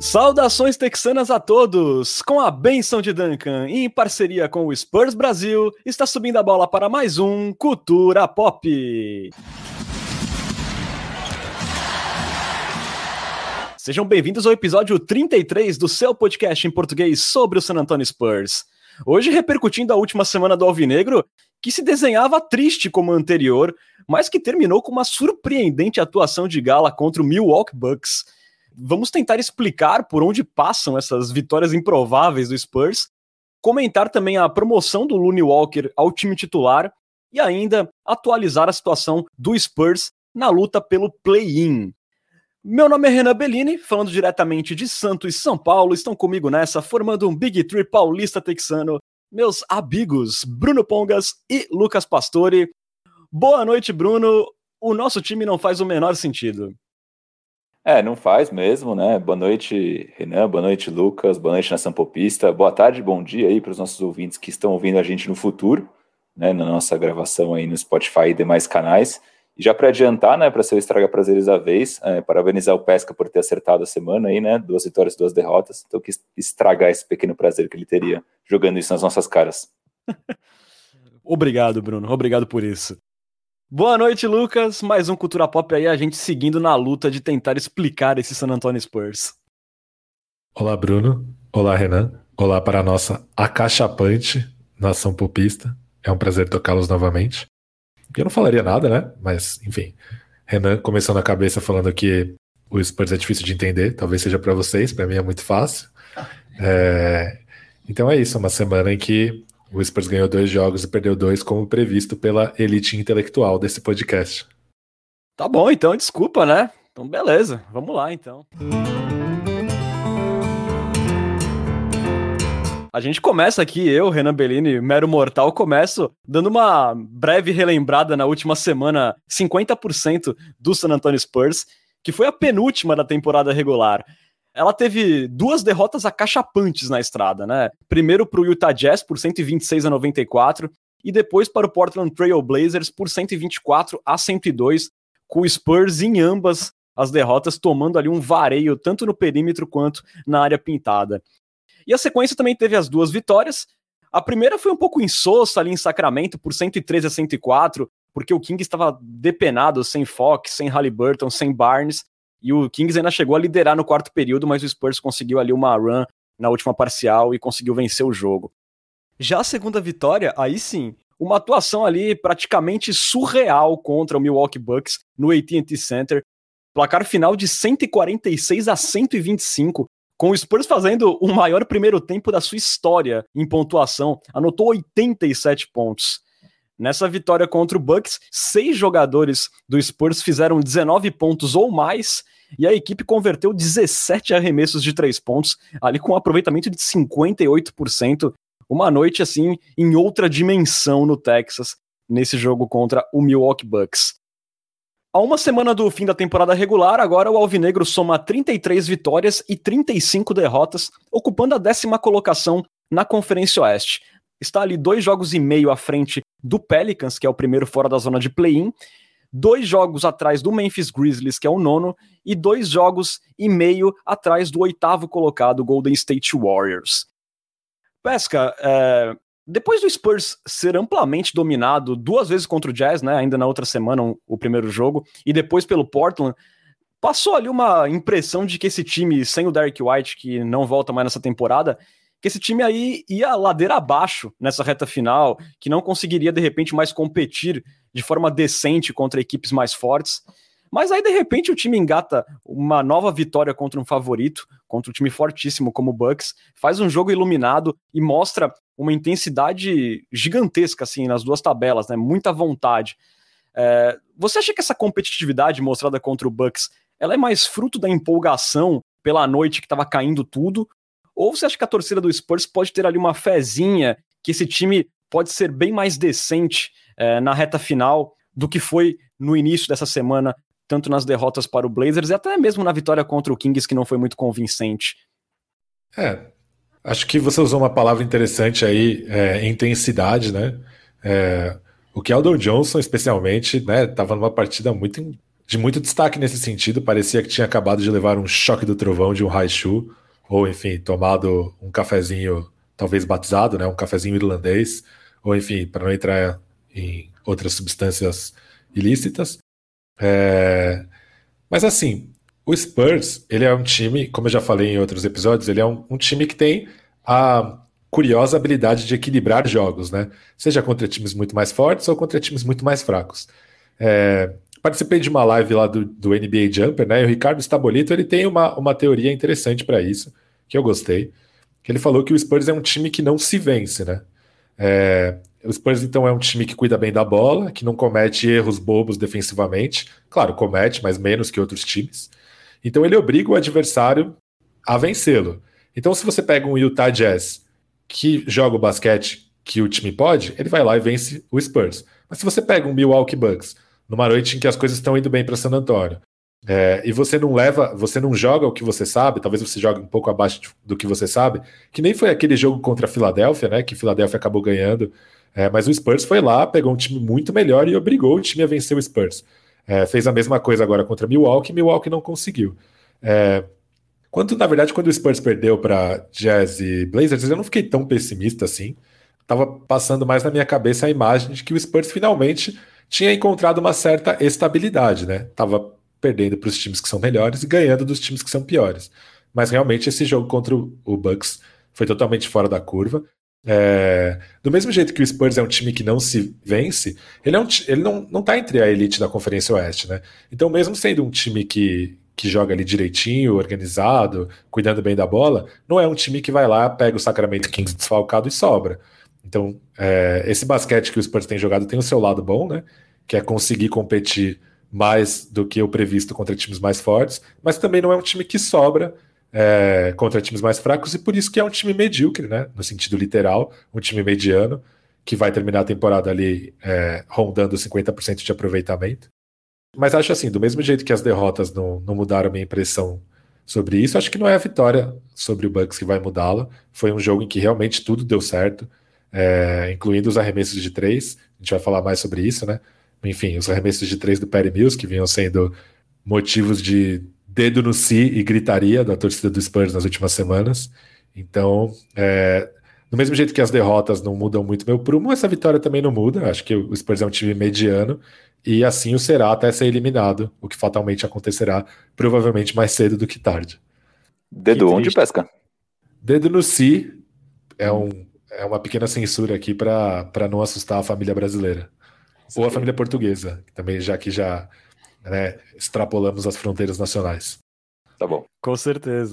Saudações texanas a todos! Com a bênção de Duncan e em parceria com o Spurs Brasil, está subindo a bola para mais um Cultura Pop. Sejam bem-vindos ao episódio 33 do seu podcast em português sobre o San Antonio Spurs. Hoje repercutindo a última semana do Alvinegro, que se desenhava triste como a anterior, mas que terminou com uma surpreendente atuação de gala contra o Milwaukee Bucks. Vamos tentar explicar por onde passam essas vitórias improváveis do Spurs, comentar também a promoção do Lonnie Walker ao time titular e ainda atualizar a situação do Spurs na luta pelo play-in. Meu nome é Renan Bellini, falando diretamente de Santos e São Paulo. Estão comigo nessa, formando um Big Three paulista texano, meus amigos Bruno Pongas e Lucas Pastore. Boa noite, Bruno. O nosso time não faz o menor sentido. Não faz mesmo, né? Boa noite, Renan, boa noite, Lucas, boa noite, Nação Popista, boa tarde, bom dia aí para os nossos ouvintes que estão ouvindo a gente no futuro, né? Na nossa gravação aí no Spotify e demais canais. E já para adiantar, né, para ser o Estraga Prazeres da vez, parabenizar o Pesca por ter acertado a semana aí, né? 2 vitórias, 2 derrotas. Então, quis estragar esse pequeno prazer que ele teria jogando isso nas nossas caras. Obrigado, Bruno, obrigado por isso. Boa noite, Lucas. Mais um Cultura Pop aí, a gente seguindo na luta de tentar explicar esse San Antonio Spurs. Olá, Bruno. Olá, Renan. Olá para a nossa acachapante Nação Popista. É um prazer tocá-los novamente. Eu não falaria nada, né? Mas, enfim. Renan começou na cabeça falando que o Spurs é difícil de entender. Talvez seja para vocês, para mim é muito fácil. Então é isso, uma semana em que o Spurs ganhou 2 jogos e perdeu 2, como previsto pela elite intelectual desse podcast. Tá bom, então, desculpa, né? Então, beleza. Vamos lá, então. A gente começa aqui, eu, Renan Bellini, mero mortal, começo dando uma breve relembrada na última semana, 50% do San Antonio Spurs, que foi a penúltima da temporada regular. Ela teve 2 derrotas acachapantes na estrada, né? Primeiro para o Utah Jazz por 126-94 e depois para o Portland Trail Blazers por 124-102, com o Spurs em ambas as derrotas tomando ali um vareio tanto no perímetro quanto na área pintada. E a sequência também teve as 2 vitórias. A primeira foi um pouco insossa ali em Sacramento por 113-104, porque o Kings estava depenado, sem Fox, sem Haliburton, sem Barnes. E o Kings ainda chegou a liderar no 4º período, mas o Spurs conseguiu ali uma run na última parcial e conseguiu vencer o jogo. Já a segunda vitória, aí sim, uma atuação ali praticamente surreal contra o Milwaukee Bucks no AT&T Center. Placar final de 146-125, com o Spurs fazendo o maior primeiro tempo da sua história em pontuação. Anotou 87 pontos. Nessa vitória contra o Bucks, 6 jogadores do Spurs fizeram 19 pontos ou mais, e a equipe converteu 17 arremessos de 3 pontos, ali com um aproveitamento de 58%. Uma noite, assim, em outra dimensão no Texas, nesse jogo contra o Milwaukee Bucks. A uma semana do fim da temporada regular, agora o Alvinegro soma 33 vitórias e 35 derrotas, ocupando a 10ª colocação na Conferência Oeste. Está ali 2 jogos e meio à frente do Pelicans, que é o primeiro fora da zona de play-in, 2 jogos atrás do Memphis Grizzlies, que é o 9º, e 2 jogos e meio atrás do 8º colocado, Golden State Warriors. Pesca, depois do Spurs ser amplamente dominado 2 vezes contra o Jazz, né, ainda na outra semana, o primeiro jogo, e depois pelo Portland, passou ali uma impressão de que esse time, sem o Derrick White, que não volta mais nessa temporada, que esse time aí ia ladeira abaixo nessa reta final, que não conseguiria, de repente, mais competir de forma decente contra equipes mais fortes. Mas aí, de repente, o time engata uma nova vitória contra um favorito, contra um time fortíssimo como o Bucks, faz um jogo iluminado e mostra uma intensidade gigantesca, assim, nas 2 tabelas, né? Muita vontade. Você acha que essa competitividade mostrada contra o Bucks, ela é mais fruto da empolgação pela noite que estava caindo tudo? Ou você acha que a torcida do Spurs pode ter ali uma fezinha que esse time pode ser bem mais decente na reta final do que foi no início dessa semana, tanto nas derrotas para o Blazers e até mesmo na vitória contra o Kings, que não foi muito convincente? Acho que você usou uma palavra interessante aí, intensidade, né? O Keldon Johnson, especialmente, né, estava numa partida de muito destaque nesse sentido. Parecia que tinha acabado de levar um choque do trovão de um Raichu. ou enfim, tomado um cafezinho, talvez batizado, né, um cafezinho irlandês, ou enfim, para não entrar em outras substâncias ilícitas. Mas assim, o Spurs, ele é um time, como eu já falei em outros episódios, ele é um time que tem a curiosa habilidade de equilibrar jogos, né? Seja contra times muito mais fortes ou contra times muito mais fracos. Participei de uma live lá do NBA Jumper, né? E o Ricardo Stabolito, ele tem uma teoria interessante para isso, que eu gostei. Que ele falou que o Spurs é um time que não se vence, né? O Spurs, então, é um time que cuida bem da bola, que não comete erros bobos defensivamente. Claro, comete, mas menos que outros times. Então, ele obriga o adversário a vencê-lo. Então, se você pega um Utah Jazz que joga o basquete que o time pode, ele vai lá e vence o Spurs. Mas se você pega um Milwaukee Bucks numa noite em que as coisas estão indo bem para San Antonio, e você não joga o que você sabe, talvez você jogue um pouco abaixo do que você sabe, que nem foi aquele jogo contra a Filadélfia, né, que a Filadélfia acabou ganhando, mas o Spurs foi lá, pegou um time muito melhor e obrigou o time a vencer o Spurs. Fez a mesma coisa agora contra Milwaukee não conseguiu. Na verdade, quando o Spurs perdeu para Jazz e Blazers, eu não fiquei tão pessimista assim. Tava passando mais na minha cabeça a imagem de que o Spurs finalmente tinha encontrado uma certa estabilidade, né? Tava perdendo para os times que são melhores e ganhando dos times que são piores. Mas realmente esse jogo contra o Bucks foi totalmente fora da curva. Do mesmo jeito que o Spurs é um time que não se vence, ele não tá entre a elite da Conferência Oeste, né? Então, mesmo sendo um time que joga ali direitinho, organizado, cuidando bem da bola, não é um time que vai lá, pega o Sacramento Kings desfalcado e sobra. Então, esse basquete que o Spurs tem jogado tem o seu lado bom, né? Que é conseguir competir mais do que o previsto contra times mais fortes, mas também não é um time que sobra contra times mais fracos, e por isso que é um time medíocre, né? No sentido literal, um time mediano, que vai terminar a temporada ali rondando 50% de aproveitamento. Mas acho assim, do mesmo jeito que as derrotas não mudaram a minha impressão sobre isso, acho que não é a vitória sobre o Bucks que vai mudá-la. Foi um jogo em que realmente tudo deu certo, incluindo os arremessos de 3. A gente vai falar mais sobre isso, né? Enfim, os arremessos de 3 do Patty Mills, que vinham sendo motivos de dedo no si e gritaria da torcida do Spurs nas últimas semanas. Então, do mesmo jeito que as derrotas não mudam muito meu prumo, essa vitória também não muda. Acho que o Spurs é um time mediano e assim o será até ser eliminado, o que fatalmente acontecerá provavelmente mais cedo do que tarde. Dedo onde, Pesca? Dedo no si é uma pequena censura aqui para não assustar a família brasileira. Ou a família portuguesa, também, já que extrapolamos as fronteiras nacionais. Tá bom. Com certeza.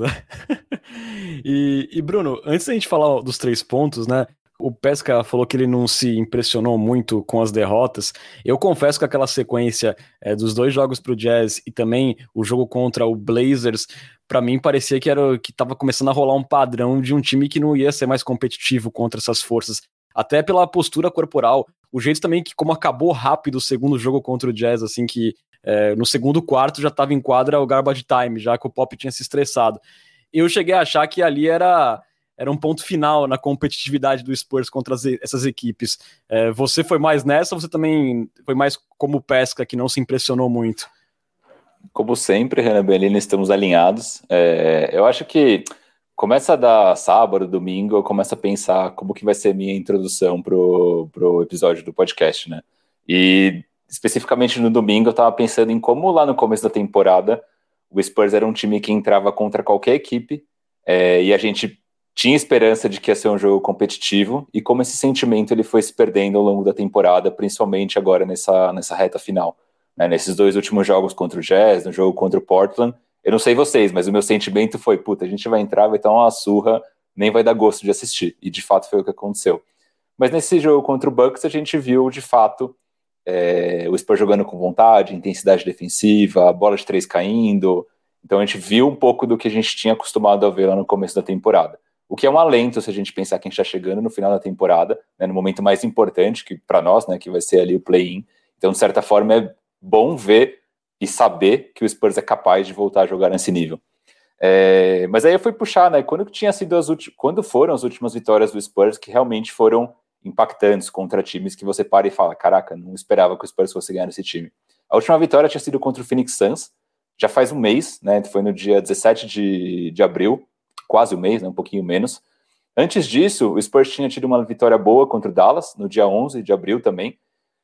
E Bruno, antes da gente falar dos 3 pontos, né? O Pesca falou que ele não se impressionou muito com as derrotas. Eu confesso que aquela sequência dos 2 jogos pro Jazz e também o jogo contra o Blazers, para mim parecia que estava começando a rolar um padrão de um time que não ia ser mais competitivo contra essas forças. Até pela postura corporal, o jeito também que como acabou rápido o segundo jogo contra o Jazz, assim que no segundo quarto já estava em quadra o garbage time, já que o Pop tinha se estressado. Eu cheguei a achar que ali era um ponto final na competitividade do Spurs contra essas equipes. Você foi mais nessa ou você também foi mais como Pesca, que não se impressionou muito? Como sempre, Renan Bellini, estamos alinhados. Eu acho que começa a dar sábado, domingo, eu começo a pensar como que vai ser minha introdução pro episódio do podcast, né? E especificamente no domingo eu tava pensando em como lá no começo da temporada o Spurs era um time que entrava contra qualquer equipe e a gente tinha esperança de que ia ser um jogo competitivo, e como esse sentimento ele foi se perdendo ao longo da temporada, principalmente agora nessa reta final, né? Nesses 2 últimos jogos contra o Jazz, no jogo contra o Portland, eu não sei vocês, mas o meu sentimento foi, a gente vai entrar, vai ter uma surra, nem vai dar gosto de assistir, e de fato foi o que aconteceu. Mas nesse jogo contra o Bucks a gente viu de fato o Spurs jogando com vontade, intensidade defensiva, a bola de 3 caindo. Então a gente viu um pouco do que a gente tinha acostumado a ver lá no começo da temporada. O que é um alento se a gente pensar que a gente está chegando no final da temporada, né, no momento mais importante que para nós, né, que vai ser ali o play-in. Então, de certa forma, é bom ver e saber que o Spurs é capaz de voltar a jogar nesse nível. Mas aí eu fui puxar, né, quando foram as últimas vitórias do Spurs que realmente foram impactantes contra times que você para e fala, caraca, não esperava que o Spurs fosse ganhar nesse time. A última vitória tinha sido contra o Phoenix Suns, já faz um mês, né, foi no dia 17 de abril, quase um mês, né, um pouquinho menos. Antes disso, o Spurs tinha tido uma vitória boa contra o Dallas, no dia 11 de abril também.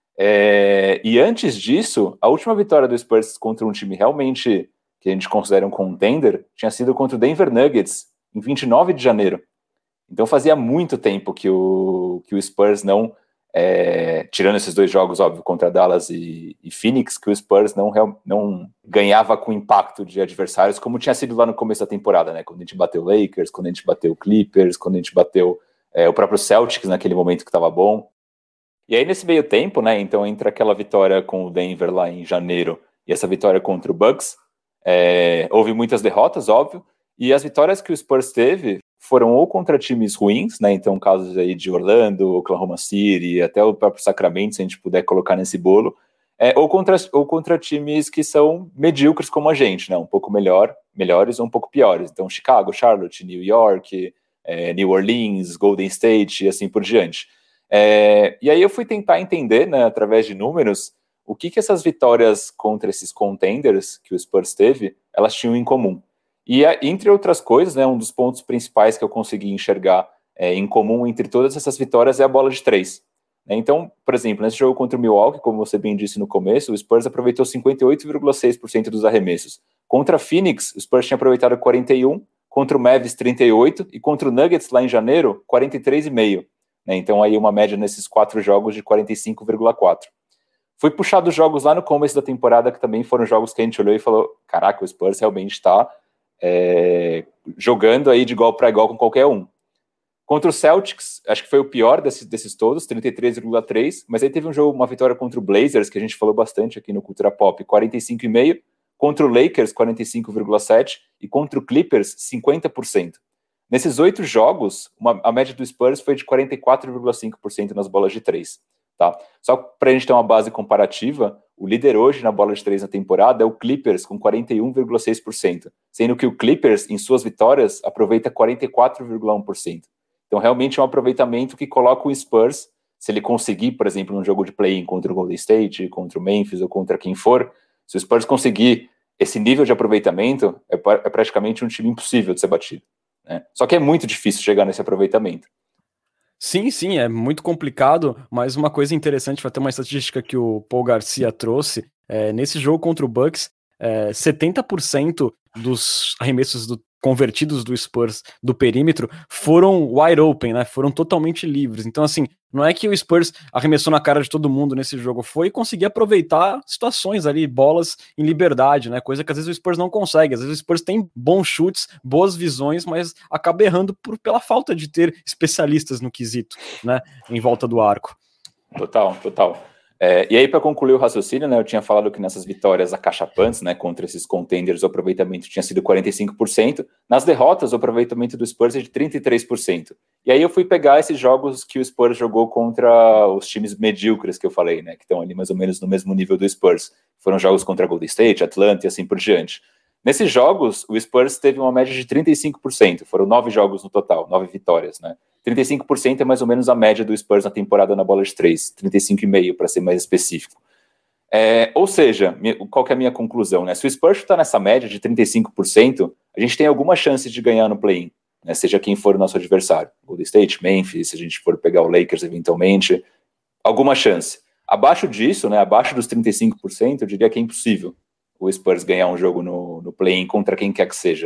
E antes disso, a última vitória do Spurs contra um time realmente que a gente considera um contender tinha sido contra o Denver Nuggets, em 29 de janeiro. Então fazia muito tempo que o Spurs não, tirando esses 2 jogos, óbvio, contra Dallas e Phoenix, que o Spurs não ganhava com impacto de adversários, como tinha sido lá no começo da temporada, né? Quando a gente bateu o Lakers, quando a gente bateu o Clippers, quando a gente bateu o próprio Celtics naquele momento que estava bom. E aí nesse meio tempo, né, então entre aquela vitória com o Denver lá em janeiro e essa vitória contra o Bucks, houve muitas derrotas, óbvio, e as vitórias que o Spurs teve foram ou contra times ruins, né, então casos aí de Orlando, Oklahoma City, até o próprio Sacramento, se a gente puder colocar nesse bolo, ou contra times que são medíocres como a gente, né, um pouco melhores ou um pouco piores, então Chicago, Charlotte, New York, New Orleans, Golden State e assim por diante. E aí eu fui tentar entender, né, através de números, o que essas vitórias contra esses contenders que o Spurs teve, elas tinham em comum. E entre outras coisas, né, um dos pontos principais que eu consegui enxergar em comum entre todas essas vitórias é a bola de 3. Então, por exemplo, nesse jogo contra o Milwaukee, como você bem disse no começo, o Spurs aproveitou 58,6% dos arremessos. Contra a Phoenix, o Spurs tinha aproveitado 41%, contra o Mavs 38%, e contra o Nuggets lá em janeiro, 43,5%. Então aí uma média nesses 4 jogos de 45,4%. Fui puxar dos jogos lá no começo da temporada, que também foram jogos que a gente olhou e falou, caraca, o Spurs realmente está jogando aí de igual para igual com qualquer um. Contra o Celtics, acho que foi o pior desses todos, 33,3%, mas aí teve uma vitória contra o Blazers, que a gente falou bastante aqui no Cultura Pop, 45,5%, contra o Lakers, 45,7%, e contra o Clippers, 50%. Nesses 8 jogos, a média do Spurs foi de 44,5% nas bolas de 3. Tá? Só para a gente ter uma base comparativa, o líder hoje na bola de 3 na temporada é o Clippers, com 41,6%, sendo que o Clippers, em suas vitórias, aproveita 44,1%. Então, realmente é um aproveitamento que coloca o Spurs, se ele conseguir, por exemplo, num jogo de play-in contra o Golden State, contra o Memphis ou contra quem for, se o Spurs conseguir esse nível de aproveitamento, é praticamente um time impossível de ser batido. Só que é muito difícil chegar nesse aproveitamento. Sim, é muito complicado, mas uma coisa interessante, vai ter uma estatística que o Paul Garcia trouxe, nesse jogo contra o Bucks, 70% dos arremessos convertidos do Spurs do perímetro foram wide open, né? Foram totalmente livres. Então, assim, não é que o Spurs arremessou na cara de todo mundo nesse jogo, foi conseguir aproveitar situações ali, bolas em liberdade, né? Coisa que às vezes o Spurs não consegue. Às vezes o Spurs tem bons chutes, boas visões, mas acaba errando pela falta de ter especialistas no quesito, né? Em volta do arco. Total. E aí, para concluir o raciocínio, né, eu tinha falado que nessas vitórias acachapantes, né, contra esses contenders, o aproveitamento tinha sido 45%. Nas derrotas, o aproveitamento do Spurs é de 33%. E aí eu fui pegar esses jogos que o Spurs jogou contra os times medíocres que eu falei, né, que estão ali mais ou menos no mesmo nível do Spurs. Foram jogos contra Golden State, Atlanta e assim por diante. Nesses jogos, o Spurs teve uma média de 35%. Foram 9 jogos no total, 9 vitórias, né? 35% é mais ou menos a média do Spurs na temporada na bola de 3, 35,5% para ser mais específico. Ou seja, qual que é a minha conclusão? Né? Se o Spurs está nessa média de 35%, a gente tem alguma chance de ganhar no play-in, né? Seja quem for o nosso adversário. Golden State, Memphis, se a gente for pegar o Lakers eventualmente, alguma chance. Abaixo disso, né, abaixo dos 35%, eu diria que é impossível o Spurs ganhar um jogo no play-in contra quem quer que seja.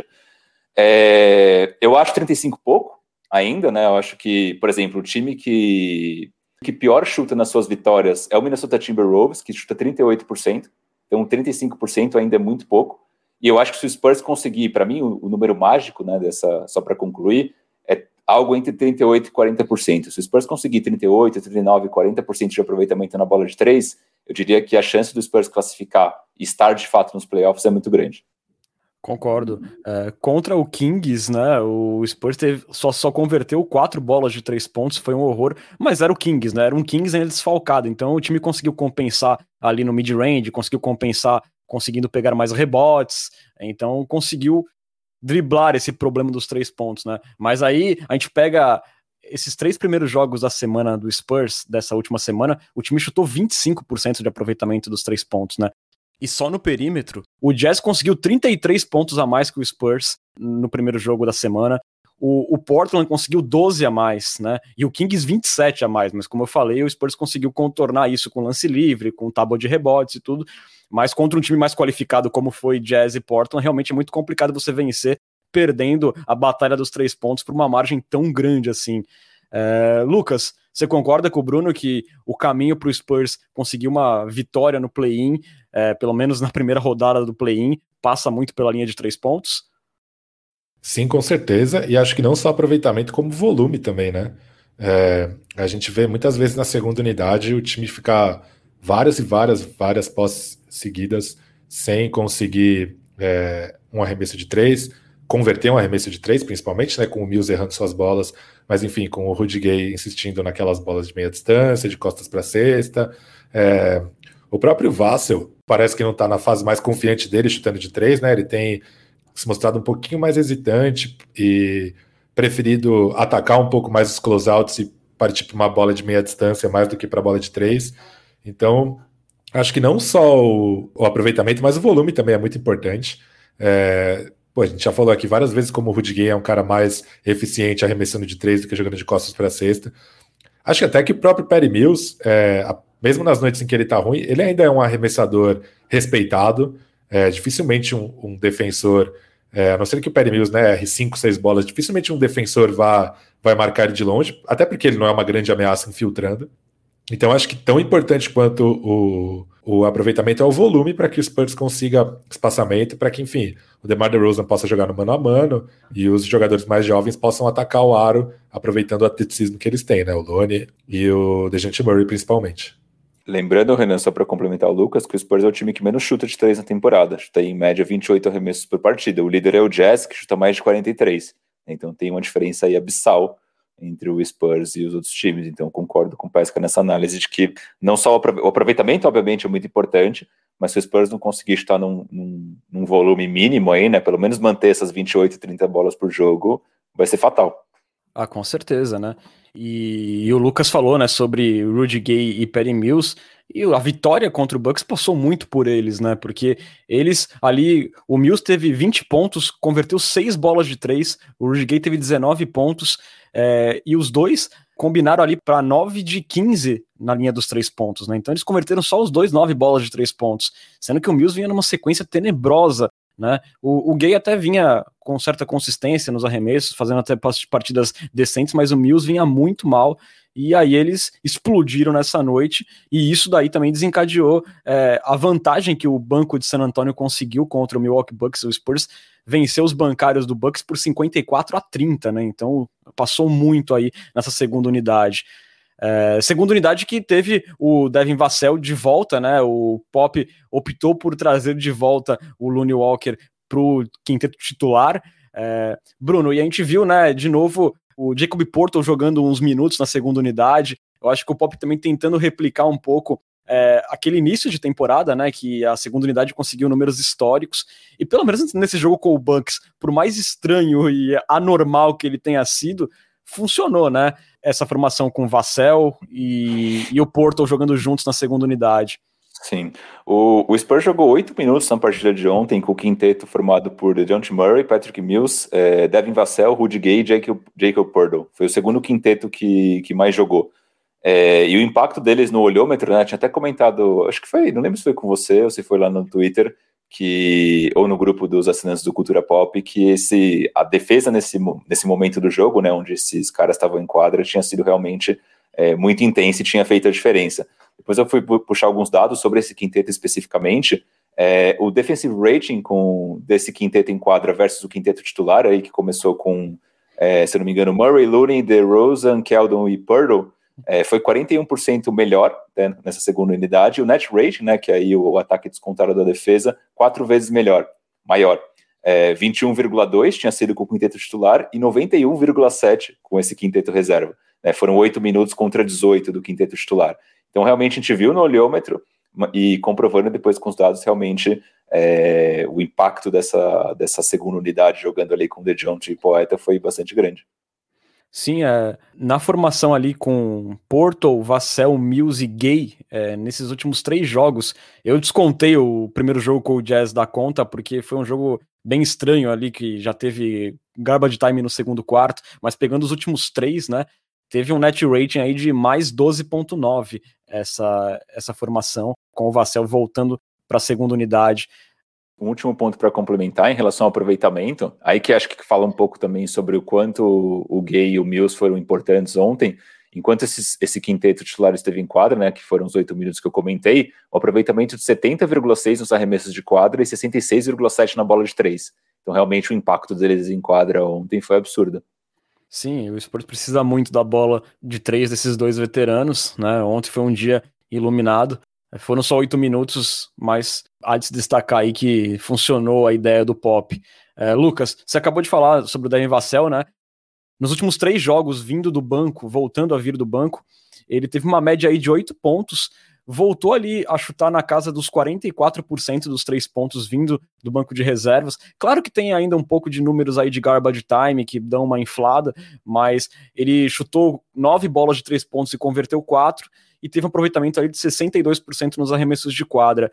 Eu acho 35 pouco, ainda, né? Eu acho que, por exemplo, o time que pior chuta nas suas vitórias é o Minnesota Timberwolves, que chuta 38%, então 35% ainda é muito pouco, e eu acho que se o Spurs conseguir, para mim, o número mágico, né, só para concluir, é algo entre 38% e 40%. Se o Spurs conseguir 38%, 39%, 40% de aproveitamento na bola de 3, eu diria que a chance do Spurs classificar e estar de fato nos playoffs é muito grande. Concordo. Contra o Kings, né, o Spurs só converteu 4 bolas de 3 pontos, foi um horror, mas era o Kings, né, era um Kings ainda desfalcado, então o time conseguiu compensar ali no mid-range, conseguiu compensar conseguindo pegar mais rebotes, então conseguiu driblar esse problema dos 3 pontos, né, mas aí a gente pega esses 3 primeiros jogos da semana do Spurs, dessa última semana, o time chutou 25% de aproveitamento dos 3 pontos, né, E só no perímetro, o Jazz conseguiu 33 pontos a mais que o Spurs no primeiro jogo da semana. O Portland conseguiu 12 a mais, né? E o Kings 27 a mais. Mas como eu falei, o Spurs conseguiu contornar isso com lance livre, com tábua de rebotes e tudo. Mas contra um time mais qualificado como foi Jazz e Portland, realmente é muito complicado você vencer perdendo a batalha dos 3 pontos por uma margem tão grande assim. Lucas, você concorda com o Bruno que o caminho para o Spurs conseguir uma vitória no play-in, pelo menos na primeira rodada do play-in, passa muito pela linha de 3 pontos? Sim, com certeza, e acho que não só aproveitamento, como volume também, né? A gente vê muitas vezes na segunda unidade o time ficar várias posses seguidas sem conseguir um arremesso de 3, converter um arremesso de 3, principalmente, né, com o Mills errando suas bolas, mas enfim, com o Rudy Gay insistindo naquelas bolas de meia distância, de costas para cesta. O próprio Vassell parece que não está na fase mais confiante dele chutando de 3, né? Ele tem se mostrado um pouquinho mais hesitante e preferido atacar um pouco mais os closeouts e partir para uma bola de meia distância mais do que para a bola de 3. Então, acho que não só o aproveitamento, mas o volume também é muito importante. A gente já falou aqui várias vezes como o Rudy Gay é um cara mais eficiente arremessando de 3 do que jogando de costas para a cesta. Acho que até que o próprio Patty Mills, mesmo nas noites em que ele está ruim, ele ainda é um arremessador respeitado. Dificilmente um defensor, a não ser que o Patty Mills, né, erre 5, 6 bolas, dificilmente um defensor vai marcar ele de longe, até porque ele não é uma grande ameaça infiltrando. Então acho que tão importante quanto o aproveitamento é o volume para que o Spurs consiga espaçamento, para que, enfim, o DeMar DeRozan possa jogar no mano a mano e os jogadores mais jovens possam atacar o aro, aproveitando o atleticismo que eles têm, né? O Lonnie e o DeJounte Murray, principalmente. Lembrando, Renan, só para complementar o Lucas, que o Spurs é o time que menos chuta de 3 na temporada. Chuta em média 28 arremessos por partida. O líder é o Jazz, que chuta mais de 43. Então tem uma diferença aí abissal entre o Spurs e os outros times. Então concordo com o Pesca nessa análise de que não só o aproveitamento, obviamente, é muito importante, mas se o Spurs não conseguir chutar num volume mínimo aí, né, pelo menos manter essas 28, 30 bolas por jogo, vai ser fatal. Com certeza, né? E o Lucas falou, né, sobre Rudy Gay e Patty Mills, e a vitória contra o Bucks passou muito por eles, né? Porque eles ali, o Mills teve 20 pontos, converteu 6 bolas de 3, o Rudy Gay teve 19 pontos, e os dois combinaram ali para 9 de 15 na linha dos 3 pontos, né? Então eles converteram só os dois 9 bolas de 3 pontos, sendo que o Mills vinha numa sequência tenebrosa, né? O Gay até vinha com certa consistência nos arremessos, fazendo até partidas decentes, mas o Mills vinha muito mal, e aí eles explodiram nessa noite, e isso daí também desencadeou a vantagem que o banco de San Antonio conseguiu contra o Milwaukee Bucks. O Spurs venceu os bancários do Bucks por 54-30, né? Então passou muito aí nessa segunda unidade. Segunda unidade que teve o Devin Vassell de volta, né? O Pop optou por trazer de volta o Lonnie Walker para o quinteto titular. Bruno, e a gente viu, né, de novo o Jacob Poeltl jogando uns minutos na segunda unidade. Eu acho que o Pop também tentando replicar um pouco aquele início de temporada, né, que a segunda unidade conseguiu números históricos, e pelo menos nesse jogo com o Bucks, por mais estranho e anormal que ele tenha sido, funcionou, né? Essa formação com o Vassell e o Poeltl jogando juntos na segunda unidade. Sim. O Spurs jogou 8 minutos na partida de ontem com o quinteto formado por DeJounte Murray, Patrick Mills, Devin Vassell, Rudy Gay e Jacob Poeltl. Foi o segundo quinteto que mais jogou. E o impacto deles no olhômetro, né? Tinha até comentado, acho que foi, não lembro se foi com você ou se foi lá no Twitter, ou no grupo dos assinantes do Cultura Pop, que a defesa nesse momento do jogo, né, onde esses caras estavam em quadra, tinha sido realmente muito intensa e tinha feito a diferença. Depois eu fui puxar alguns dados sobre esse quinteto especificamente. O defensive rating desse quinteto em quadra versus o quinteto titular, aí, que começou com, se eu não me engano, Murray, Looney, DeRozan, Keldon e Poeltl, foi 41% melhor, né, nessa segunda unidade. O net rating, né, que é aí o ataque descontado da defesa, 4 vezes maior. 21,2 tinha sido com o quinteto titular e 91,7 com esse quinteto reserva. Foram 8 minutos contra 18 do quinteto titular. Então, realmente, a gente viu no olhômetro e comprovando depois com os dados, realmente, o impacto dessa segunda unidade jogando ali com DeJounte e Poeta foi bastante grande. Sim, na formação ali com Porto, Vassell, Mills e Gay, nesses últimos 3 jogos, eu descontei o primeiro jogo com o Jazz da conta, porque foi um jogo bem estranho ali, que já teve garbage time no segundo quarto, mas pegando os últimos 3, né, teve um net rating aí de mais 12.9 essa formação, com o Vassell voltando para a segunda unidade. Um último ponto para complementar em relação ao aproveitamento, aí que acho que fala um pouco também sobre o quanto o Gay e o Mills foram importantes ontem. Enquanto esse quinteto titular esteve em quadra, né, que foram os 8 minutos que eu comentei, o aproveitamento de 70,6 nos arremessos de quadra e 66,7 na bola de 3. Então realmente o impacto deles em quadra ontem foi absurdo. Sim, o Spurs precisa muito da bola de 3 desses 2 veteranos, né? Ontem foi um dia iluminado. Foram só 8 minutos, mas há de se destacar aí que funcionou a ideia do Pop. Lucas, você acabou de falar sobre o Devin Vassell, né? Nos últimos 3 jogos, vindo do banco, voltando a vir do banco, ele teve uma média aí de 8 pontos, voltou ali a chutar na casa dos 44% dos 3 pontos vindo do banco de reservas. Claro que tem ainda um pouco de números aí de garbage time que dão uma inflada, mas ele chutou 9 bolas de 3 pontos e converteu 4, e teve um aproveitamento ali de 62% nos arremessos de quadra.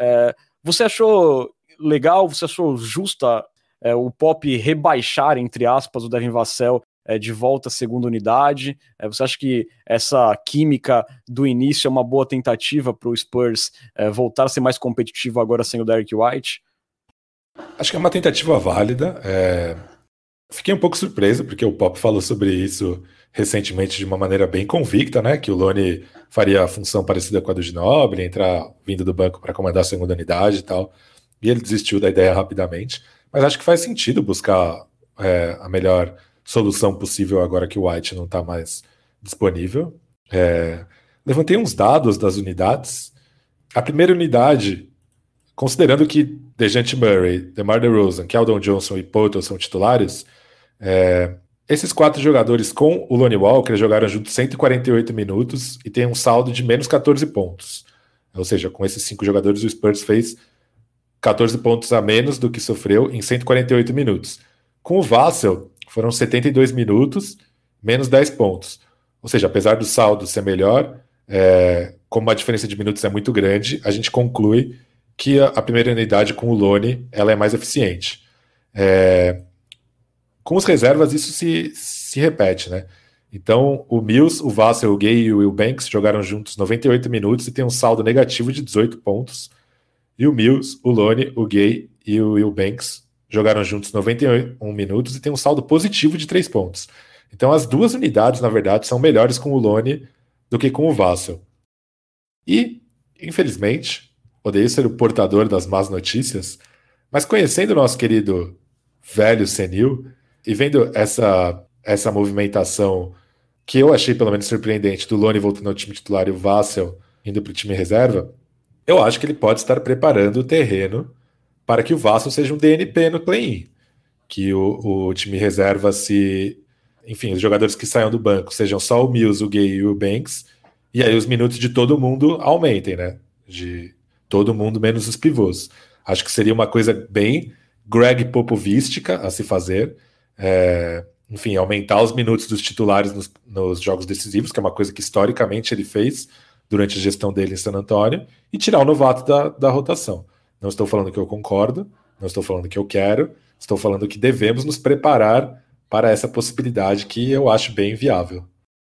Você achou legal, você achou justa o Pop rebaixar, entre aspas, o Devin Vassell de volta à segunda unidade? Você acha que essa química do início é uma boa tentativa para o Spurs voltar a ser mais competitivo agora sem o Derrick White? Acho que é uma tentativa válida. Fiquei um pouco surpreso, porque o Pop falou sobre isso recentemente de uma maneira bem convicta, né? Que o Lonnie faria a função parecida com a do Ginobili, entrar vindo do banco para comandar a segunda unidade e tal. E ele desistiu da ideia rapidamente. Mas acho que faz sentido buscar a melhor solução possível agora que o White não está mais disponível. Levantei uns dados das unidades. A primeira unidade, considerando que DeJounte Murray, DeMar DeRozan, Keldon Johnson e Poeltl são titulares, esses 4 jogadores com o Lonnie Walker jogaram juntos 148 minutos e tem um saldo de menos 14 pontos. Ou seja, com esses 5 jogadores o Spurs fez 14 pontos a menos do que sofreu em 148 minutos. Com o Vassell, foram 72 minutos, menos 10 pontos. Ou seja, apesar do saldo ser melhor, como a diferença de minutos é muito grande, a gente conclui que a primeira unidade com o Lonnie ela é mais eficiente. Com os reservas, isso se repete, né? Então, o Mills, o Vassell, o Gay e o Will Banks jogaram juntos 98 minutos e tem um saldo negativo de 18 pontos. E o Mills, o Lonnie, o Gay e o Will Banks jogaram juntos 91 minutos e tem um saldo positivo de 3 pontos. Então, as 2 unidades, na verdade, são melhores com o Lonnie do que com o Vassell. E, infelizmente, odeio ser o portador das más notícias, mas conhecendo o nosso querido velho senil e vendo essa movimentação que eu achei pelo menos surpreendente do Lonnie voltando ao time titular e o Vassell indo para o time reserva, eu acho que ele pode estar preparando o terreno para que o Vassell seja um DNP no play-in. Que o time reserva enfim, os jogadores que saiam do banco sejam só o Mills, o Gay e o Banks, e aí os minutos de todo mundo aumentem, né? De todo mundo menos os pivôs. Acho que seria uma coisa bem Greg Popovística a se fazer. Enfim, aumentar os minutos dos titulares nos jogos decisivos, que é uma coisa que historicamente ele fez durante a gestão dele em San Antonio, e tirar o novato da rotação. Não estou falando que eu concordo, não estou falando que eu quero, estou falando que devemos nos preparar para essa possibilidade que eu acho bem viável.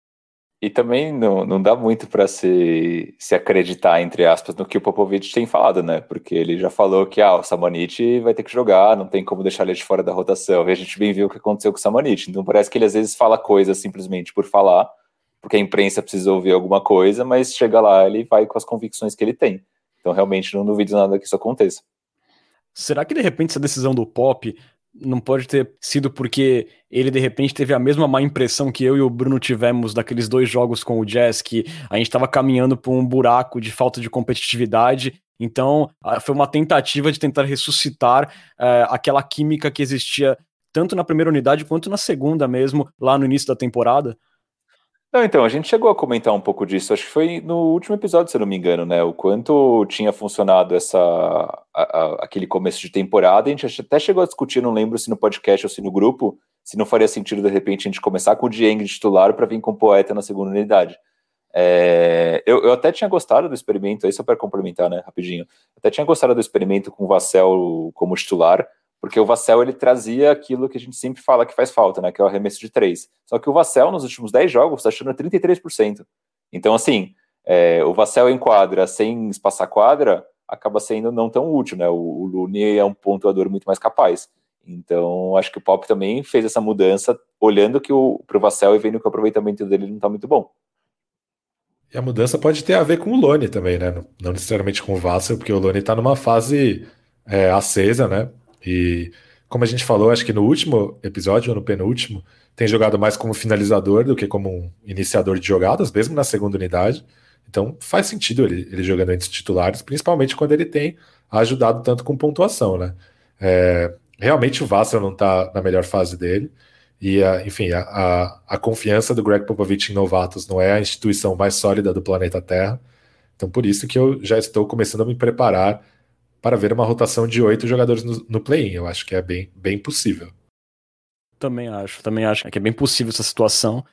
E também não dá muito para se acreditar, entre aspas, no que o Popovich tem falado, né? Porque ele já falou que o Samanit vai ter que jogar, não tem como deixar ele de fora da rotação. E a gente bem viu o que aconteceu com o Samanit. Então parece que ele às vezes fala coisas simplesmente por falar, porque a imprensa precisa ouvir alguma coisa, mas chega lá, ele vai com as convicções que ele tem. Então realmente não duvido nada que isso aconteça. Será que de repente essa decisão do Pop não pode ter sido porque ele de repente teve a mesma má impressão que eu e o Bruno tivemos daqueles 2 jogos com o Jazz, que a gente estava caminhando por um buraco de falta de competitividade? Então foi uma tentativa de tentar ressuscitar aquela química que existia tanto na primeira unidade quanto na segunda mesmo, lá no início da temporada? Não, então, a gente chegou a comentar um pouco disso, acho que foi no último episódio, se eu não me engano, né, o quanto tinha funcionado aquele começo de temporada. A gente até chegou a discutir, não lembro se no podcast ou se no grupo, se não faria sentido, de repente, a gente começar com o Dieng de titular para vir com o Poeta na segunda unidade. Eu até tinha gostado do experimento, aí só para complementar, né, rapidinho, até tinha gostado do experimento com o Vassell como titular, porque o Vassell, ele trazia aquilo que a gente sempre fala que faz falta, né, que é o arremesso de 3. Só que o Vassell, nos últimos 10 jogos, está achando 33%. Então, assim, o Vassell em quadra, sem espaçar quadra, acaba sendo não tão útil, né, o Looney é um pontuador muito mais capaz. Então, acho que o Pop também fez essa mudança, olhando para o Vassell e vendo que o aproveitamento dele não está muito bom. E a mudança pode ter a ver com o Lonnie também, né? Não necessariamente com o Vassell, porque o Lonnie está numa fase acesa, né? E como a gente falou, acho que no último episódio, ou no penúltimo, tem jogado mais como finalizador do que como um iniciador de jogadas, mesmo na segunda unidade. Então faz sentido ele jogando entre os titulares, principalmente quando ele tem ajudado tanto com pontuação, né? Realmente o Vassell não está na melhor fase dele. E, enfim, a confiança do Greg Popovich em novatos não é a instituição mais sólida do planeta Terra. Então, por isso que eu já estou começando a me preparar para ver uma rotação de 8 jogadores no play-in. Eu acho que é bem possível. Também acho que é bem possível essa situação.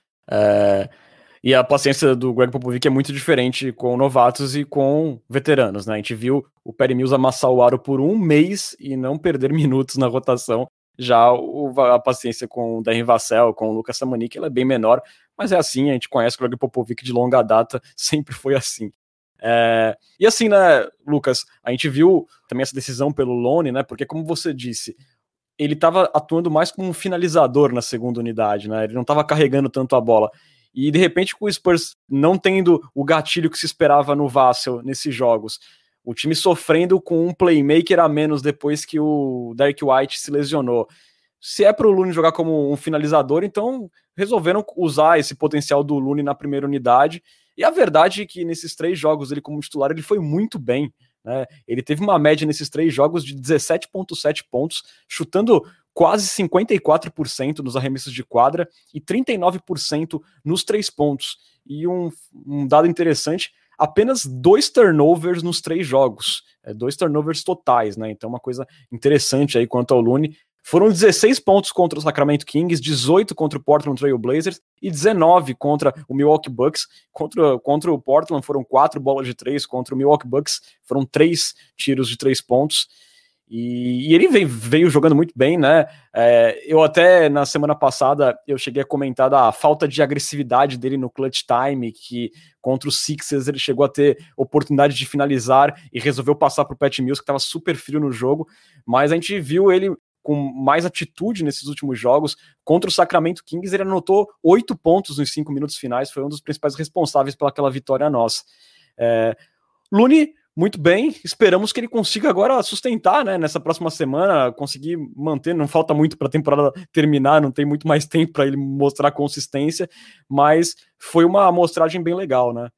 E a paciência do Greg Popovich é muito diferente com novatos e com veteranos, né? A gente viu o Patty Mills amassar o aro por um mês e não perder minutos na rotação. Já a paciência com o Darren Vassell, com o Lucas Samanic, ela é bem menor, mas é assim, a gente conhece o Greg Popovich de longa data, sempre foi assim. E assim, né, Lucas, a gente viu também essa decisão pelo Lonnie, né, porque como você disse, ele estava atuando mais como um finalizador na segunda unidade, né, ele não estava carregando tanto a bola, e de repente com o Spurs não tendo o gatilho que se esperava no Vassell nesses jogos, o time sofrendo com um playmaker a menos depois que o Derrick White se lesionou. Se é para o Looney jogar como um finalizador, então resolveram usar esse potencial do Looney na primeira unidade. E a verdade é que nesses 3 jogos ele como titular, ele foi muito bem, né? Ele teve uma média nesses 3 jogos de 17,7 pontos, chutando quase 54% nos arremessos de quadra e 39% nos 3 pontos. E um dado interessante, apenas 2 turnovers nos 3 jogos, 2 turnovers totais, né? Então uma coisa interessante aí quanto ao Looney. Foram 16 pontos contra o Sacramento Kings, 18 contra o Portland Trail Blazers e 19 contra o Milwaukee Bucks. Contra o Portland foram 4 bolas de 3, contra o Milwaukee Bucks foram 3 tiros de 3 pontos. E ele veio jogando muito bem, né? Eu até na semana passada eu cheguei a comentar da falta de agressividade dele no clutch time, que contra os Sixers ele chegou a ter oportunidade de finalizar e resolveu passar para o Patty Mills, que estava super frio no jogo, mas a gente viu ele com mais atitude nesses últimos jogos. Contra o Sacramento Kings ele anotou 8 pontos nos 5 minutos finais, foi um dos principais responsáveis pelaquela vitória nossa. Looney muito bem, esperamos que ele consiga agora sustentar, né, nessa próxima semana, conseguir manter, não falta muito para a temporada terminar, não tem muito mais tempo para ele mostrar consistência, mas foi uma amostragem bem legal, né?